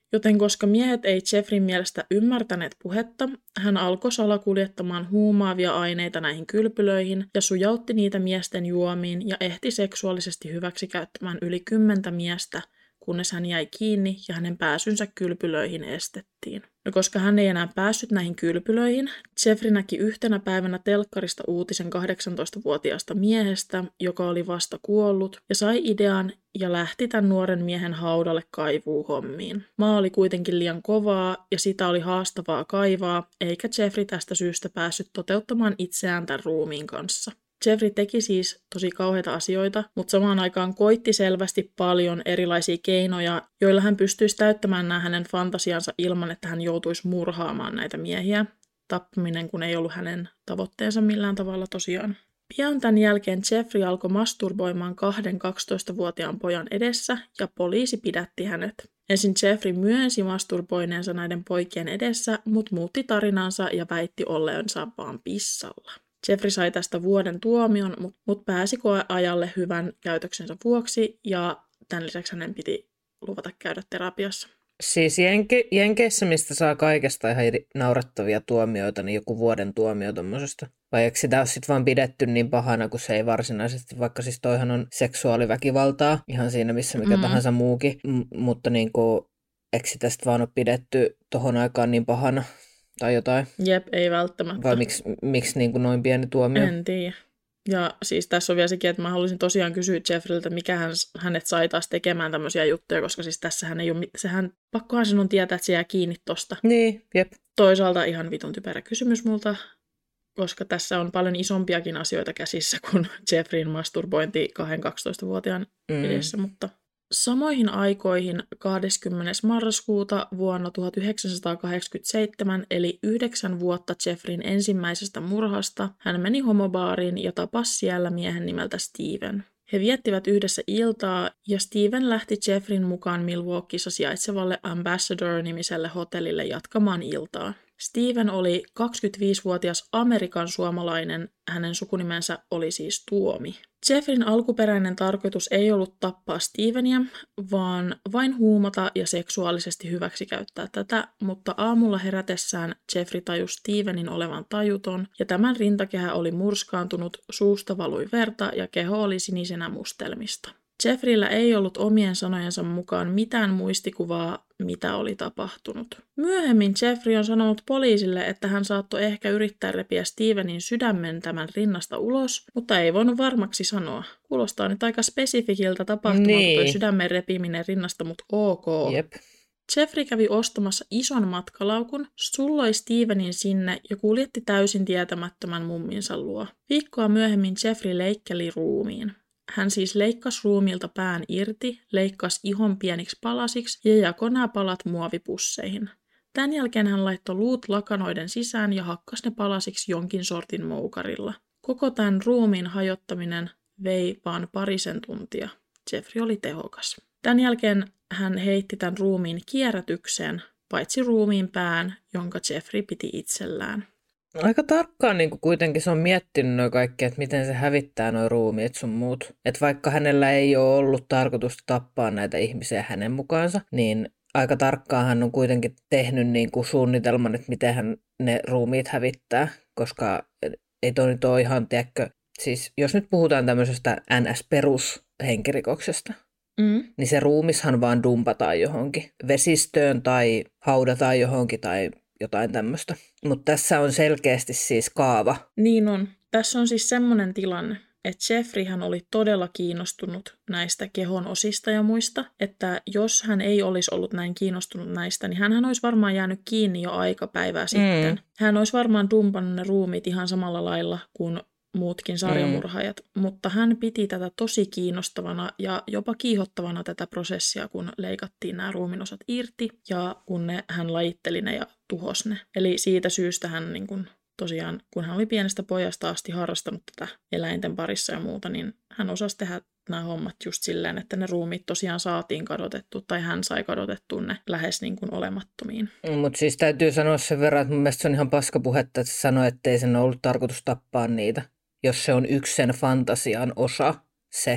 Joten koska miehet ei Jeffreyn mielestä ymmärtäneet puhetta, hän alkoi salakuljettamaan huumaavia aineita näihin kylpylöihin ja sujautti niitä miesten juomiin ja ehti seksuaalisesti hyväksikäyttämään yli kymmentä miestä, kunnes hän jäi kiinni ja hänen pääsynsä kylpylöihin estettiin. No koska hän ei enää päässyt näihin kylpylöihin, Jeffrey näki yhtenä päivänä telkkarista uutisen kahdeksantoistavuotiaasta miehestä, joka oli vasta kuollut, ja sai idean ja lähti tämän nuoren miehen haudalle kaivuuhommiin. Maa oli kuitenkin liian kovaa ja sitä oli haastavaa kaivaa, eikä Jeffrey tästä syystä päässyt toteuttamaan itseään tämän ruumiin kanssa. Jeffrey teki siis tosi kauheita asioita, mutta samaan aikaan koitti selvästi paljon erilaisia keinoja, joilla hän pystyisi täyttämään nämä hänen fantasiansa ilman, että hän joutuisi murhaamaan näitä miehiä. Tappaminen kun ei ollut hänen tavoitteensa millään tavalla tosiaan. Pian tämän jälkeen Jeffrey alkoi masturboimaan kahden kaksitoistavuotiaan pojan edessä ja poliisi pidätti hänet. Ensin Jeffrey myönsi masturboineensa näiden poikien edessä, mutta muutti tarinansa ja väitti olleensa vaan pissalla. Jeffrey sai tästä vuoden tuomion, mutta mut pääsi koeajalle hyvän käytöksensä vuoksi ja tämän lisäksi hänen piti luvata käydä terapiassa. Siis Jenke, Jenkeissä, mistä saa kaikesta ihan naurettavia tuomioita, niin joku vuoden tuomio tommosesta. Vai eikö sitä ole sitten vaan pidetty niin pahana, kun se ei varsinaisesti, vaikka siis toihan on seksuaaliväkivaltaa, ihan siinä missä mikä mm. tahansa muukin, M- mutta niin kuin, eikö sitä sitten vaan ole pidetty tohon aikaan niin pahana tai jotain? Jep, ei välttämättä. Vai miksi, miksi niin kuin noin pieni tuomio? En tiedä. Ja siis tässä on vielä sekin, että mä haluaisin tosiaan kysyä Jeffreyltä, mikä hän, hänet sai taas tekemään tämmöisiä juttuja, koska siis tässähän ei ole, sehän, pakkohan sen on tietää, että se jää kiinni tosta. Niin, jep. Toisaalta ihan vitun typerä kysymys multa, koska tässä on paljon isompiakin asioita käsissä kuin Jeffreyn masturbointi kahden kaksitoistavuotiaan mm. edessä, mutta samoihin aikoihin kahdeskymmenes marraskuuta vuonna tuhatyhdeksänsataakahdeksankymmentäseitsemän, eli yhdeksän vuotta Jeffreyn ensimmäisestä murhasta, hän meni homobaariin ja tapasi siellä miehen nimeltä Steven. He viettivät yhdessä iltaa ja Steven lähti Jeffreyn mukaan Milwaukeeissa sijaitsevalle Ambassador-nimiselle hotellille jatkamaan iltaa. Steven oli kaksikymmentäviisivuotias Amerikan suomalainen, hänen sukunimensä oli siis Tuomi. Jeffreyn alkuperäinen tarkoitus ei ollut tappaa Steveniä, vaan vain huumata ja seksuaalisesti hyväksikäyttää tätä, mutta aamulla herätessään Jeffrey tajusi Stevenin olevan tajuton ja tämän rintakehä oli murskaantunut, suusta valui verta ja keho oli sinisenä mustelmista. Jeffreyllä ei ollut omien sanojensa mukaan mitään muistikuvaa, mitä oli tapahtunut. Myöhemmin Jeffrey on sanonut poliisille, että hän saattoi ehkä yrittää repiä Stevenin sydämen tämän rinnasta ulos, mutta ei voinut varmaksi sanoa. Kuulostaa nyt aika spesifikiltä tapahtumalta niin. Toi sydämen repiminen rinnasta, mutta ok. Jep. Jeffrey kävi ostamassa ison matkalaukun, sulloi Stevenin sinne ja kuljetti täysin tietämättömän mumminsa luo. Viikkoa myöhemmin Jeffrey leikkeli ruumiin. Hän siis leikkasi ruumiilta pään irti, leikkasi ihon pieniksi palasiksi ja jakoi nämä palat muovipusseihin. Tämän jälkeen hän laittoi luut lakanoiden sisään ja hakkasi ne palasiksi jonkin sortin moukarilla. Koko tämän ruumiin hajottaminen vei vaan parisen tuntia. Jeffrey oli tehokas. Tämän jälkeen hän heitti tämän ruumiin kierrätykseen, paitsi ruumiin pään, jonka Jeffrey piti itsellään. Aika tarkkaan niin kuin kuitenkin se on miettinyt noin kaikki, että miten se hävittää nuo ruumiit sun muut. Että vaikka hänellä ei ole ollut tarkoitusta tappaa näitä ihmisiä hänen mukaansa, niin aika tarkkaan hän on kuitenkin tehnyt niin kuin suunnitelman, että miten hän ne ruumiit hävittää, koska ei toi nyt ole ihan, tiedätkö, siis jos nyt puhutaan tämmöisestä N S-perushenkirikoksesta, mm. niin se ruumishan vaan dumpataan johonkin vesistöön tai haudataan johonkin tai jotain tämmöistä. Mutta tässä on selkeästi siis kaava. Niin on. Tässä on siis semmoinen tilanne, että Jeffreyhän oli todella kiinnostunut näistä kehon osista ja muista, että jos hän ei olisi ollut näin kiinnostunut näistä, niin hänhän olisi varmaan jäänyt kiinni jo aikapäivää sitten. Mm. Hän olisi varmaan dumpannut ne ruumiit ihan samalla lailla kuin muutkin sarjamurhaajat, mm. mutta hän piti tätä tosi kiinnostavana ja jopa kiihottavana tätä prosessia, kun leikattiin nämä ruumiinosat irti ja kun ne, hän lajitteli ne ja tuhosi ne. Eli siitä syystä hän niin kun, tosiaan, kun hän oli pienestä pojasta asti harrastanut tätä eläinten parissa ja muuta, niin hän osasi tehdä nämä hommat just silleen, että ne ruumiit tosiaan saatiin kadotettua tai hän sai kadotettua ne lähes niin kuin olemattomiin. Mutta siis täytyy sanoa sen verran, että mun mielestä se on ihan paskapuhetta, että se sanoi, ettei sen ollut tarkoitus tappaa niitä. Jos se on yksi sen fantasian osa, se,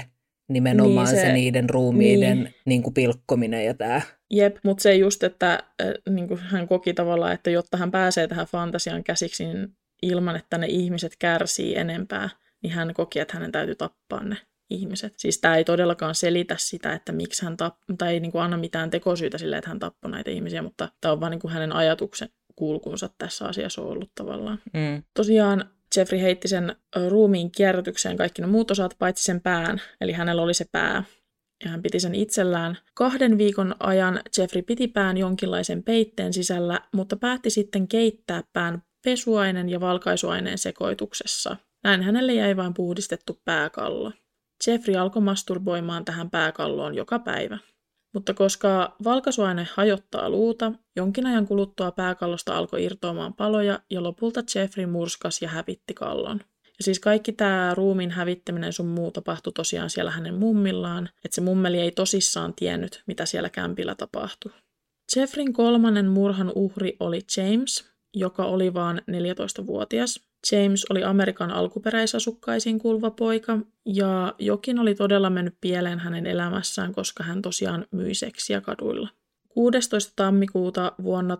nimenomaan niin se, se niiden ruumiiden niin. Niin kuin pilkkominen ja tämä. Jep, mutta se just, että äh, niin kuin hän koki tavallaan, että jotta hän pääsee tähän fantasiaan käsiksi niin ilman, että ne ihmiset kärsii enempää, niin hän koki, että hänen täytyy tappaa ne ihmiset. Siis tämä ei todellakaan selitä sitä, että miksi hän tapp- tai ei niin kuin anna mitään tekosyytä sille, että hän tappoi näitä ihmisiä, mutta tämä on vaan niin kuin hänen ajatuksen kulkunsa tässä asiassa on ollut tavallaan. Mm. Tosiaan Jeffrey heitti sen ruumiin kierrätykseen kaikki ne muut osat, paitsi sen pään, eli hänellä oli se pää. Ja hän piti sen itsellään. Kahden viikon ajan Jeffrey piti pään jonkinlaisen peitteen sisällä, mutta päätti sitten keittää pään pesuaineen ja valkaisuaineen sekoituksessa. Näin hänelle jäi vain puhdistettu pääkallo. Jeffrey alkoi masturboimaan tähän pääkalloon joka päivä. Mutta koska valkaisuaine hajottaa luuta, jonkin ajan kuluttua pääkallosta alkoi irtoamaan paloja ja lopulta Jeffrey murskas ja hävitti kallon. Ja siis kaikki tämä ruumiin hävittäminen sun muu tapahtui tosiaan siellä hänen mummillaan, että se mummeli ei tosissaan tiennyt, mitä siellä kämpillä tapahtui. Jeffreyn kolmannen murhan uhri oli James, joka oli vaan neljätoistavuotias. James oli Amerikan alkuperäisasukkaisiin kuuluva poika, ja jokin oli todella mennyt pieleen hänen elämässään, koska hän tosiaan myi seksiä kaduilla. kuudestoista tammikuuta vuonna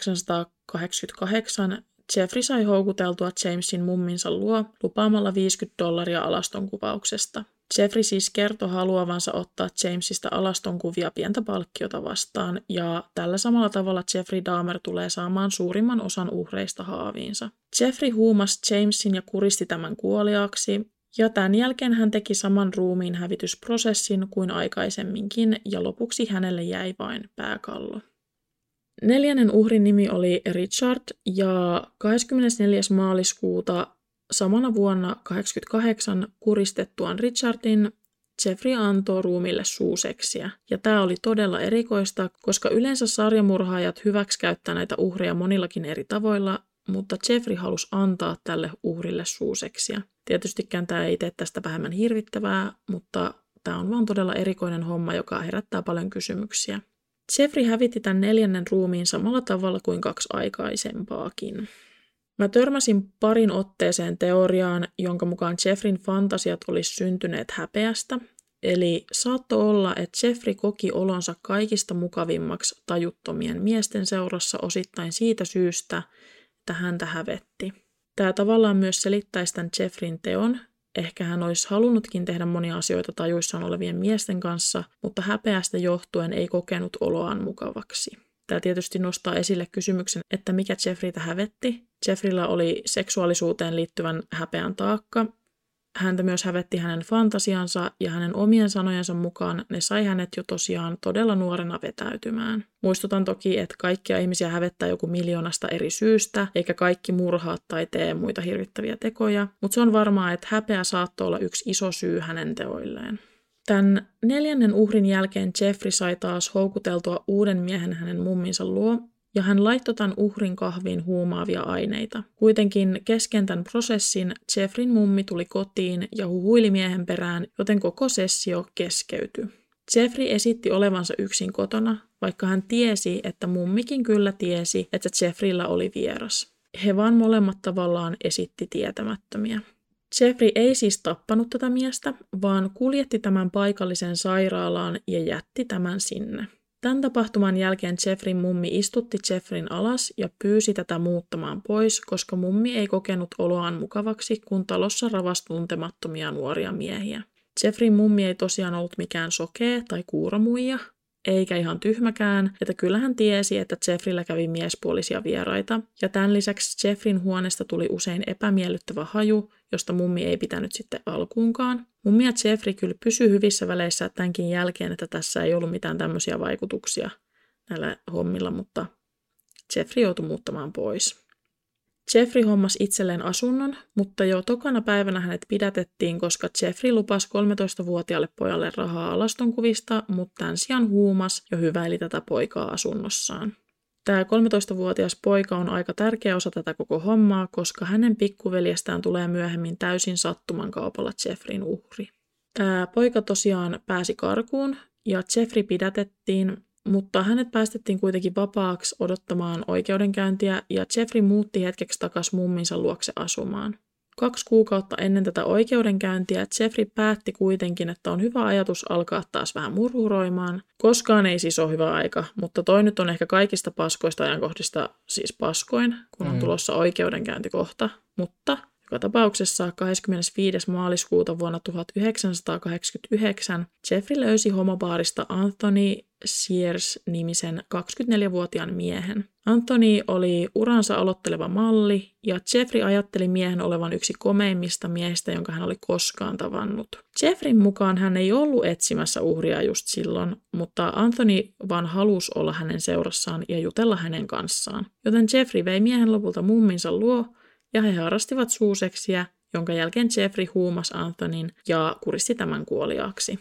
tuhatyhdeksänsataakahdeksankymmentäkahdeksan Jeffrey sai houkuteltua Jamesin mumminsa luo lupaamalla viisikymmentä dollaria alastonkuvauksesta. Jeffrey siis kertoi haluavansa ottaa Jamesista alastonkuvia pientä palkkiota vastaan, ja tällä samalla tavalla Jeffrey Dahmer tulee saamaan suurimman osan uhreista haaviinsa. Jeffrey huumasi Jamesin ja kuristi tämän kuoliaaksi, ja tämän jälkeen hän teki saman ruumiin hävitysprosessin kuin aikaisemminkin, ja lopuksi hänelle jäi vain pääkallo. Neljännen uhrin nimi oli Richard, ja kahdeskymmenesneljäs maaliskuuta samana vuonna tuhatyhdeksänsataakahdeksankymmentäkahdeksan kuristettuaan Richardin Jeffrey antoi ruumille suuseksiä. Ja tämä oli todella erikoista, koska yleensä sarjamurhaajat hyväksikäyttää näitä uhreja monillakin eri tavoilla, mutta Jeffrey halusi antaa tälle uhrille suuseksiä. Tietystikään tämä ei tee tästä vähemmän hirvittävää, mutta tämä on vaan todella erikoinen homma, joka herättää paljon kysymyksiä. Jeffrey hävitti tämän neljännen ruumiin samalla tavalla kuin kaksi aikaisempaakin. Mä törmäsin parin otteeseen teoriaan, jonka mukaan Jeffreyn fantasiat olisi syntyneet häpeästä. Eli saattoi olla, että Jeffrey koki olonsa kaikista mukavimmaksi tajuttomien miesten seurassa osittain siitä syystä, että häntä hävetti. Tämä tavallaan myös selittäisi tämän Jeffreyn teon. Ehkä hän olisi halunnutkin tehdä monia asioita tajuissaan olevien miesten kanssa, mutta häpeästä johtuen ei kokenut oloaan mukavaksi. Tämä tietysti nostaa esille kysymyksen, että mikä Jeffreytä hävetti. Jeffreyllä oli seksuaalisuuteen liittyvän häpeän taakka. Häntä myös hävetti hänen fantasiansa ja hänen omien sanojensa mukaan ne sai hänet jo tosiaan todella nuorena vetäytymään. Muistutan toki, että kaikkia ihmisiä hävettää joku miljoonasta eri syystä, eikä kaikki murhaa tai tee muita hirvittäviä tekoja, mutta se on varmaa, että häpeä saattoi olla yksi iso syy hänen teoilleen. Tämän neljännen uhrin jälkeen Jeffrey sai taas houkuteltua uuden miehen hänen mumminsa luo, ja hän laittoi tämän uhrin kahviin huumaavia aineita. Kuitenkin kesken tämän prosessin Jeffreyn mummi tuli kotiin ja huhuili miehen perään, joten koko sessio keskeytyi. Jeffrey esitti olevansa yksin kotona, vaikka hän tiesi, että mummikin kyllä tiesi, että Jeffreyllä oli vieras. He vaan molemmat tavallaan esitti tietämättömiä. Jeffrey ei siis tappanut tätä miestä, vaan kuljetti tämän paikallisen sairaalaan ja jätti tämän sinne. Tämän tapahtuman jälkeen Jeffreyn mummi istutti Jeffreyn alas ja pyysi tätä muuttamaan pois, koska mummi ei kokenut oloaan mukavaksi, kun talossa ravasi tuntemattomia nuoria miehiä. Jeffreyn mummi ei tosiaan ollut mikään sokea tai kuuromuija, eikä ihan tyhmäkään, että kyllä hän tiesi, että Jeffreyllä kävi miespuolisia vieraita, ja tämän lisäksi Jeffreyn huoneesta tuli usein epämiellyttävä haju, josta mummi ei pitänyt sitten alkuunkaan. Mummi ja Jeffrey kyllä pysyi hyvissä väleissä tämänkin jälkeen, että tässä ei ollut mitään tämmöisiä vaikutuksia näillä hommilla, mutta Jeffrey joutui muuttamaan pois. Jeffrey hommasi itselleen asunnon, mutta jo tokana päivänä hänet pidätettiin, koska Jeffrey lupasi kolmetoistavuotiaalle pojalle rahaa alastonkuvista, mutta tämän sijaan huumas ja hyväili tätä poikaa asunnossaan. Tämä kolmetoistavuotias poika on aika tärkeä osa tätä koko hommaa, koska hänen pikkuveljestään tulee myöhemmin täysin sattuman kaupalla Jeffreyn uhri. Tämä poika tosiaan pääsi karkuun ja Jeffrey pidätettiin, mutta hänet päästettiin kuitenkin vapaaksi odottamaan oikeudenkäyntiä ja Jeffrey muutti hetkeksi takaisin mumminsa luokse asumaan. Kaksi kuukautta ennen tätä oikeudenkäyntiä Jeffrey päätti kuitenkin, että on hyvä ajatus alkaa taas vähän murhuroimaan. Koskaan ei siis ole hyvä aika, mutta toi nyt on ehkä kaikista paskoista ajankohdista siis paskoin, kun on tulossa oikeudenkäynti kohta. Mutta joka tapauksessa kahdeskymmenesviides maaliskuuta vuonna tuhatyhdeksänsataakahdeksankymmentäyhdeksän Jeffrey löysi homobaarista Anthony Sears-nimisen kaksikymmentäneljävuotiaan miehen. Anthony oli uransa aloitteleva malli, ja Jeffrey ajatteli miehen olevan yksi komeimmista miehistä, jonka hän oli koskaan tavannut. Jeffreyn mukaan hän ei ollut etsimässä uhria just silloin, mutta Anthony vaan halusi olla hänen seurassaan ja jutella hänen kanssaan. Joten Jeffrey vei miehen lopulta mumminsa luo, ja he harrastivat suuseksiä, jonka jälkeen Jeffrey huumasi Anthonyn ja kuristi tämän kuoliaaksi.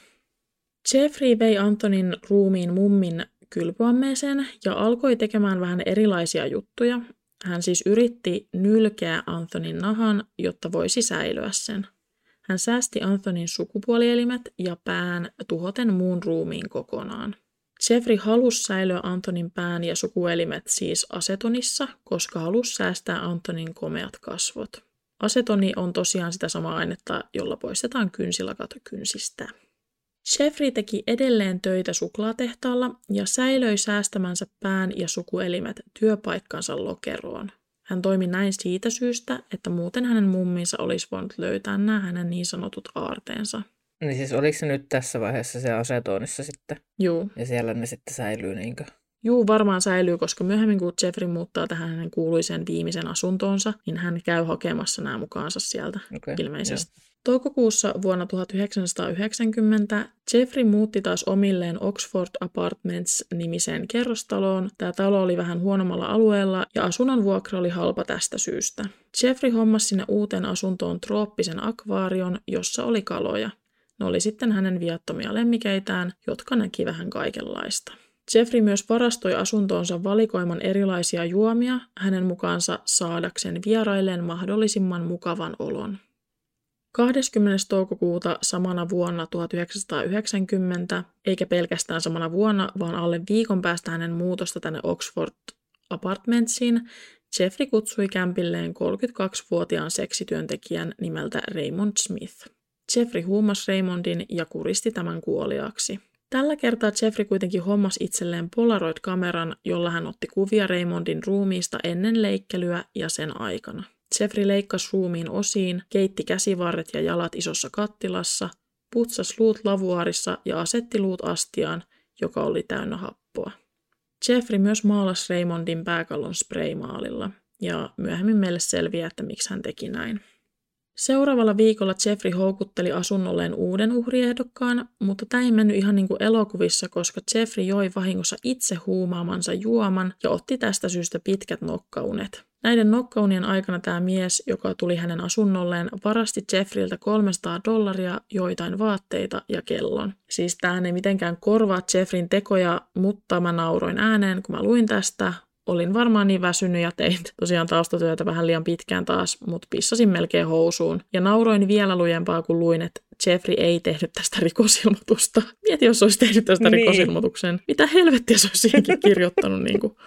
Jeffrey vei Anthonyn ruumiin mummin kylpyammeeseen ja alkoi tekemään vähän erilaisia juttuja. Hän siis yritti nylkeä Anthonyn nahan, jotta voisi säilyä sen. Hän säästi Anthonyn sukupuolielimet ja pään tuhoten muun ruumiin kokonaan. Jeffrey halusi säilyä Anthonyn pään ja sukuelimet siis asetonissa, koska halusi säästää Anthonyn komeat kasvot. Asetoni on tosiaan sitä samaa ainetta, jolla poistetaan kynsilakat kynsistä. Jeffrey teki edelleen töitä suklaatehtaalla ja säilöi säästämänsä pään ja sukuelimet työpaikkansa lokeroon. Hän toimi näin siitä syystä, että muuten hänen mumminsa olisi voinut löytää nämä hänen niin sanotut aarteensa. Niin siis oliko se nyt tässä vaiheessa se asetonissa sitten? Juu. Ja siellä ne sitten säilyy niinkö? Juu, varmaan säilyy, koska myöhemmin kun Jeffrey muuttaa tähän hänen kuuluiseen viimeisen asuntoonsa, niin hän käy hakemassa nämä mukaansa sieltä Okay, ilmeisesti. Joo. Toukokuussa vuonna tuhatyhdeksänsataayhdeksänkymmentä Jeffrey muutti taas omilleen Oxford Apartments-nimiseen kerrostaloon. Tämä talo oli vähän huonommalla alueella ja asunnon vuokra oli halpa tästä syystä. Jeffrey hommasi sinne uuteen asuntoon trooppisen akvaarion, jossa oli kaloja. Ne oli sitten hänen viattomia lemmikeitään, jotka näki vähän kaikenlaista. Jeffrey myös varastoi asuntoonsa valikoiman erilaisia juomia hänen mukaansa saadakseen vierailleen mahdollisimman mukavan olon. kahdeskymmenes toukokuuta samana vuonna tuhatyhdeksänsataayhdeksänkymmentä, eikä pelkästään samana vuonna, vaan alle viikon päästä hänen muutosta tänne Oxford Apartmentsiin, Jeffrey kutsui kämpilleen kolmekymmentäkaksivuotiaan seksityöntekijän nimeltä Raymond Smith. Jeffrey huumasi Raymondin ja kuristi tämän kuoliaaksi. Tällä kertaa Jeffrey kuitenkin hommasi itselleen Polaroid-kameran, jolla hän otti kuvia Raymondin ruumiista ennen leikkelyä ja sen aikana. Jeffrey leikkasi ruumiin osiin, keitti käsivarret ja jalat isossa kattilassa, putsasi luut lavuaarissa ja asetti luut astiaan, joka oli täynnä happoa. Jeffrey myös maalasi Raymondin pääkallon spraymaalilla, ja myöhemmin meille selviää, että miksi hän teki näin. Seuraavalla viikolla Jeffrey houkutteli asunnolleen uuden uhriehdokkaan, mutta tämä ei mennyt ihan niin kuin elokuvissa, koska Jeffrey joi vahingossa itse huumaamansa juoman ja otti tästä syystä pitkät nokkaunet. Näiden nokkaunien aikana tämä mies, joka tuli hänen asunnolleen, varasti Jeffreyltä kolmesataa dollaria, joitain vaatteita ja kellon. Siis tämä ei mitenkään korvaa Jeffreyn tekoja, mutta mä nauroin ääneen, kun mä luin tästä. Olin varmaan niin väsynyt ja tein tosiaan taustatyötä vähän liian pitkään taas, mutta pissasin melkein housuun. Ja nauroin vielä lujempaa, kun luin, että Jeffrey ei tehnyt tästä rikosilmoitusta. Mieti, jos olisi tehnyt tästä niin. rikosilmoituksen. Mitä helvettiä se olisi siihenkin kirjoittanut? Niin kuin.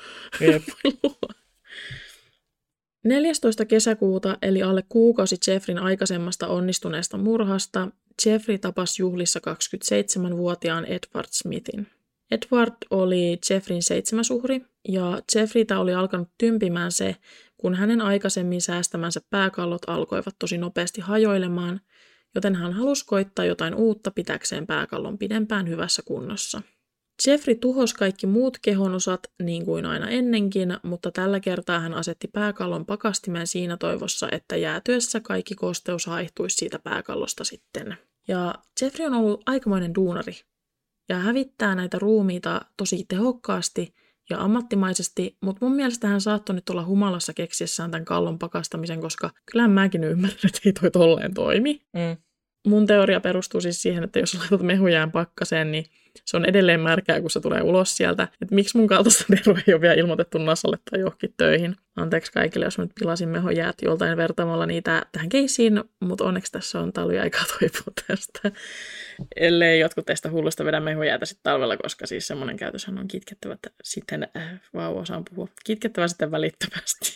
neljästoista kesäkuuta, eli alle kuukausi Jeffreyn aikaisemmasta onnistuneesta murhasta, Jeffrey tapasi juhlissa kaksikymmentäseitsemänvuotiaan Edward Smithin. Edward oli Jeffreyn seitsemäs uhri, ja Jeffreytä oli alkanut tympimään se, kun hänen aikaisemmin säästämänsä pääkallot alkoivat tosi nopeasti hajoilemaan, joten hän halusi koittaa jotain uutta pitäkseen pääkallon pidempään hyvässä kunnossa. Jeffrey tuhosi kaikki muut kehonosat niin kuin aina ennenkin, mutta tällä kertaa hän asetti pääkallon pakastimeen siinä toivossa, että jäätyessä kaikki kosteus haihtuisi siitä pääkallosta sitten. Ja Jeffrey on ollut aikamoinen duunari ja hävittää näitä ruumiita tosi tehokkaasti ja ammattimaisesti, mutta mun mielestä hän saattoi nyt olla humalassa keksiessään tämän kallon pakastamisen, koska kyllähän mäkin ymmärrän, että ei toi tolleen toimi. Mm. Mun teoria perustuu siis siihen, että jos laitat mehujään pakkaseen, niin se on edelleen märkää, kun se tulee ulos sieltä. Että miksi mun kaltaista terveä ei ole vielä ilmoitettu Nasalle tai johonkin töihin. Anteeksi kaikille, jos mä nyt pilasin mehujäät joltain vertaamalla niitä tähän keisiin, mutta onneksi tässä on talviaikaa toipua tästä. Ellei jotkut teistä hullusta vedä mehujäätä sitten talvella, koska siis semmoinen käytöshän on kitkettävä sitten, äh, vau, osaan puhua, kitkettävä sitten välittömästi.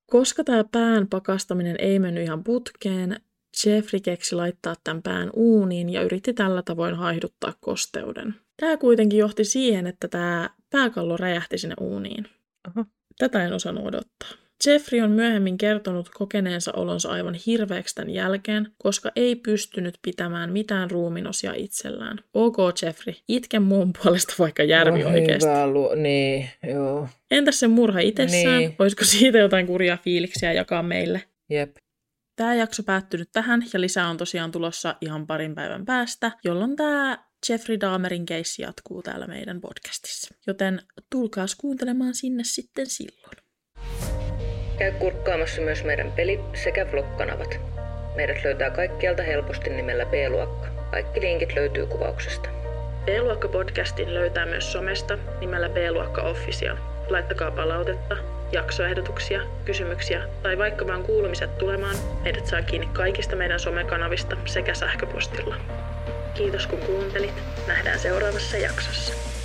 Koska tämä pään pakastaminen ei mennyt ihan putkeen, Jeffrey keksi laittaa tämän pään uuniin ja yritti tällä tavoin haihduttaa kosteuden. Tämä kuitenkin johti siihen, että tämä pääkallo räjähti sinne uuniin. Aha. Tätä en osannut odottaa. Jeffrey on myöhemmin kertonut kokeneensa olonsa aivan hirveäksi tämän jälkeen, koska ei pystynyt pitämään mitään ruuminosia itsellään. Ok, Jeffrey, itke muun puolesta vaikka järvi oh, oikeasti. Hyvä lu- niin, joo. Entäs se murha itsessään? Niin. Olisiko siitä jotain kurjaa fiiliksiä jakaa meille? Jep. Tämä jakso päättynyt tähän ja lisää on tosiaan tulossa ihan parin päivän päästä, jolloin tämä Jeffrey Dahmerin keissi jatkuu täällä meidän podcastissa. Joten tulkaas kuuntelemaan sinne sitten silloin. Käy kurkkaamassa myös meidän peli- sekä vlog-kanavat. Meidät löytää kaikkialta helposti nimellä B-luokka. Kaikki linkit löytyy kuvauksesta. B-luokka-podcastin löytää myös somesta nimellä B-luokka Official. Laittakaa palautetta, jaksoehdotuksia, kysymyksiä tai vaikka vaan kuulumiset tulemaan. Meidät saa kiinni kaikista meidän somekanavista sekä sähköpostilla. Kiitos kun kuuntelit. Nähdään seuraavassa jaksossa.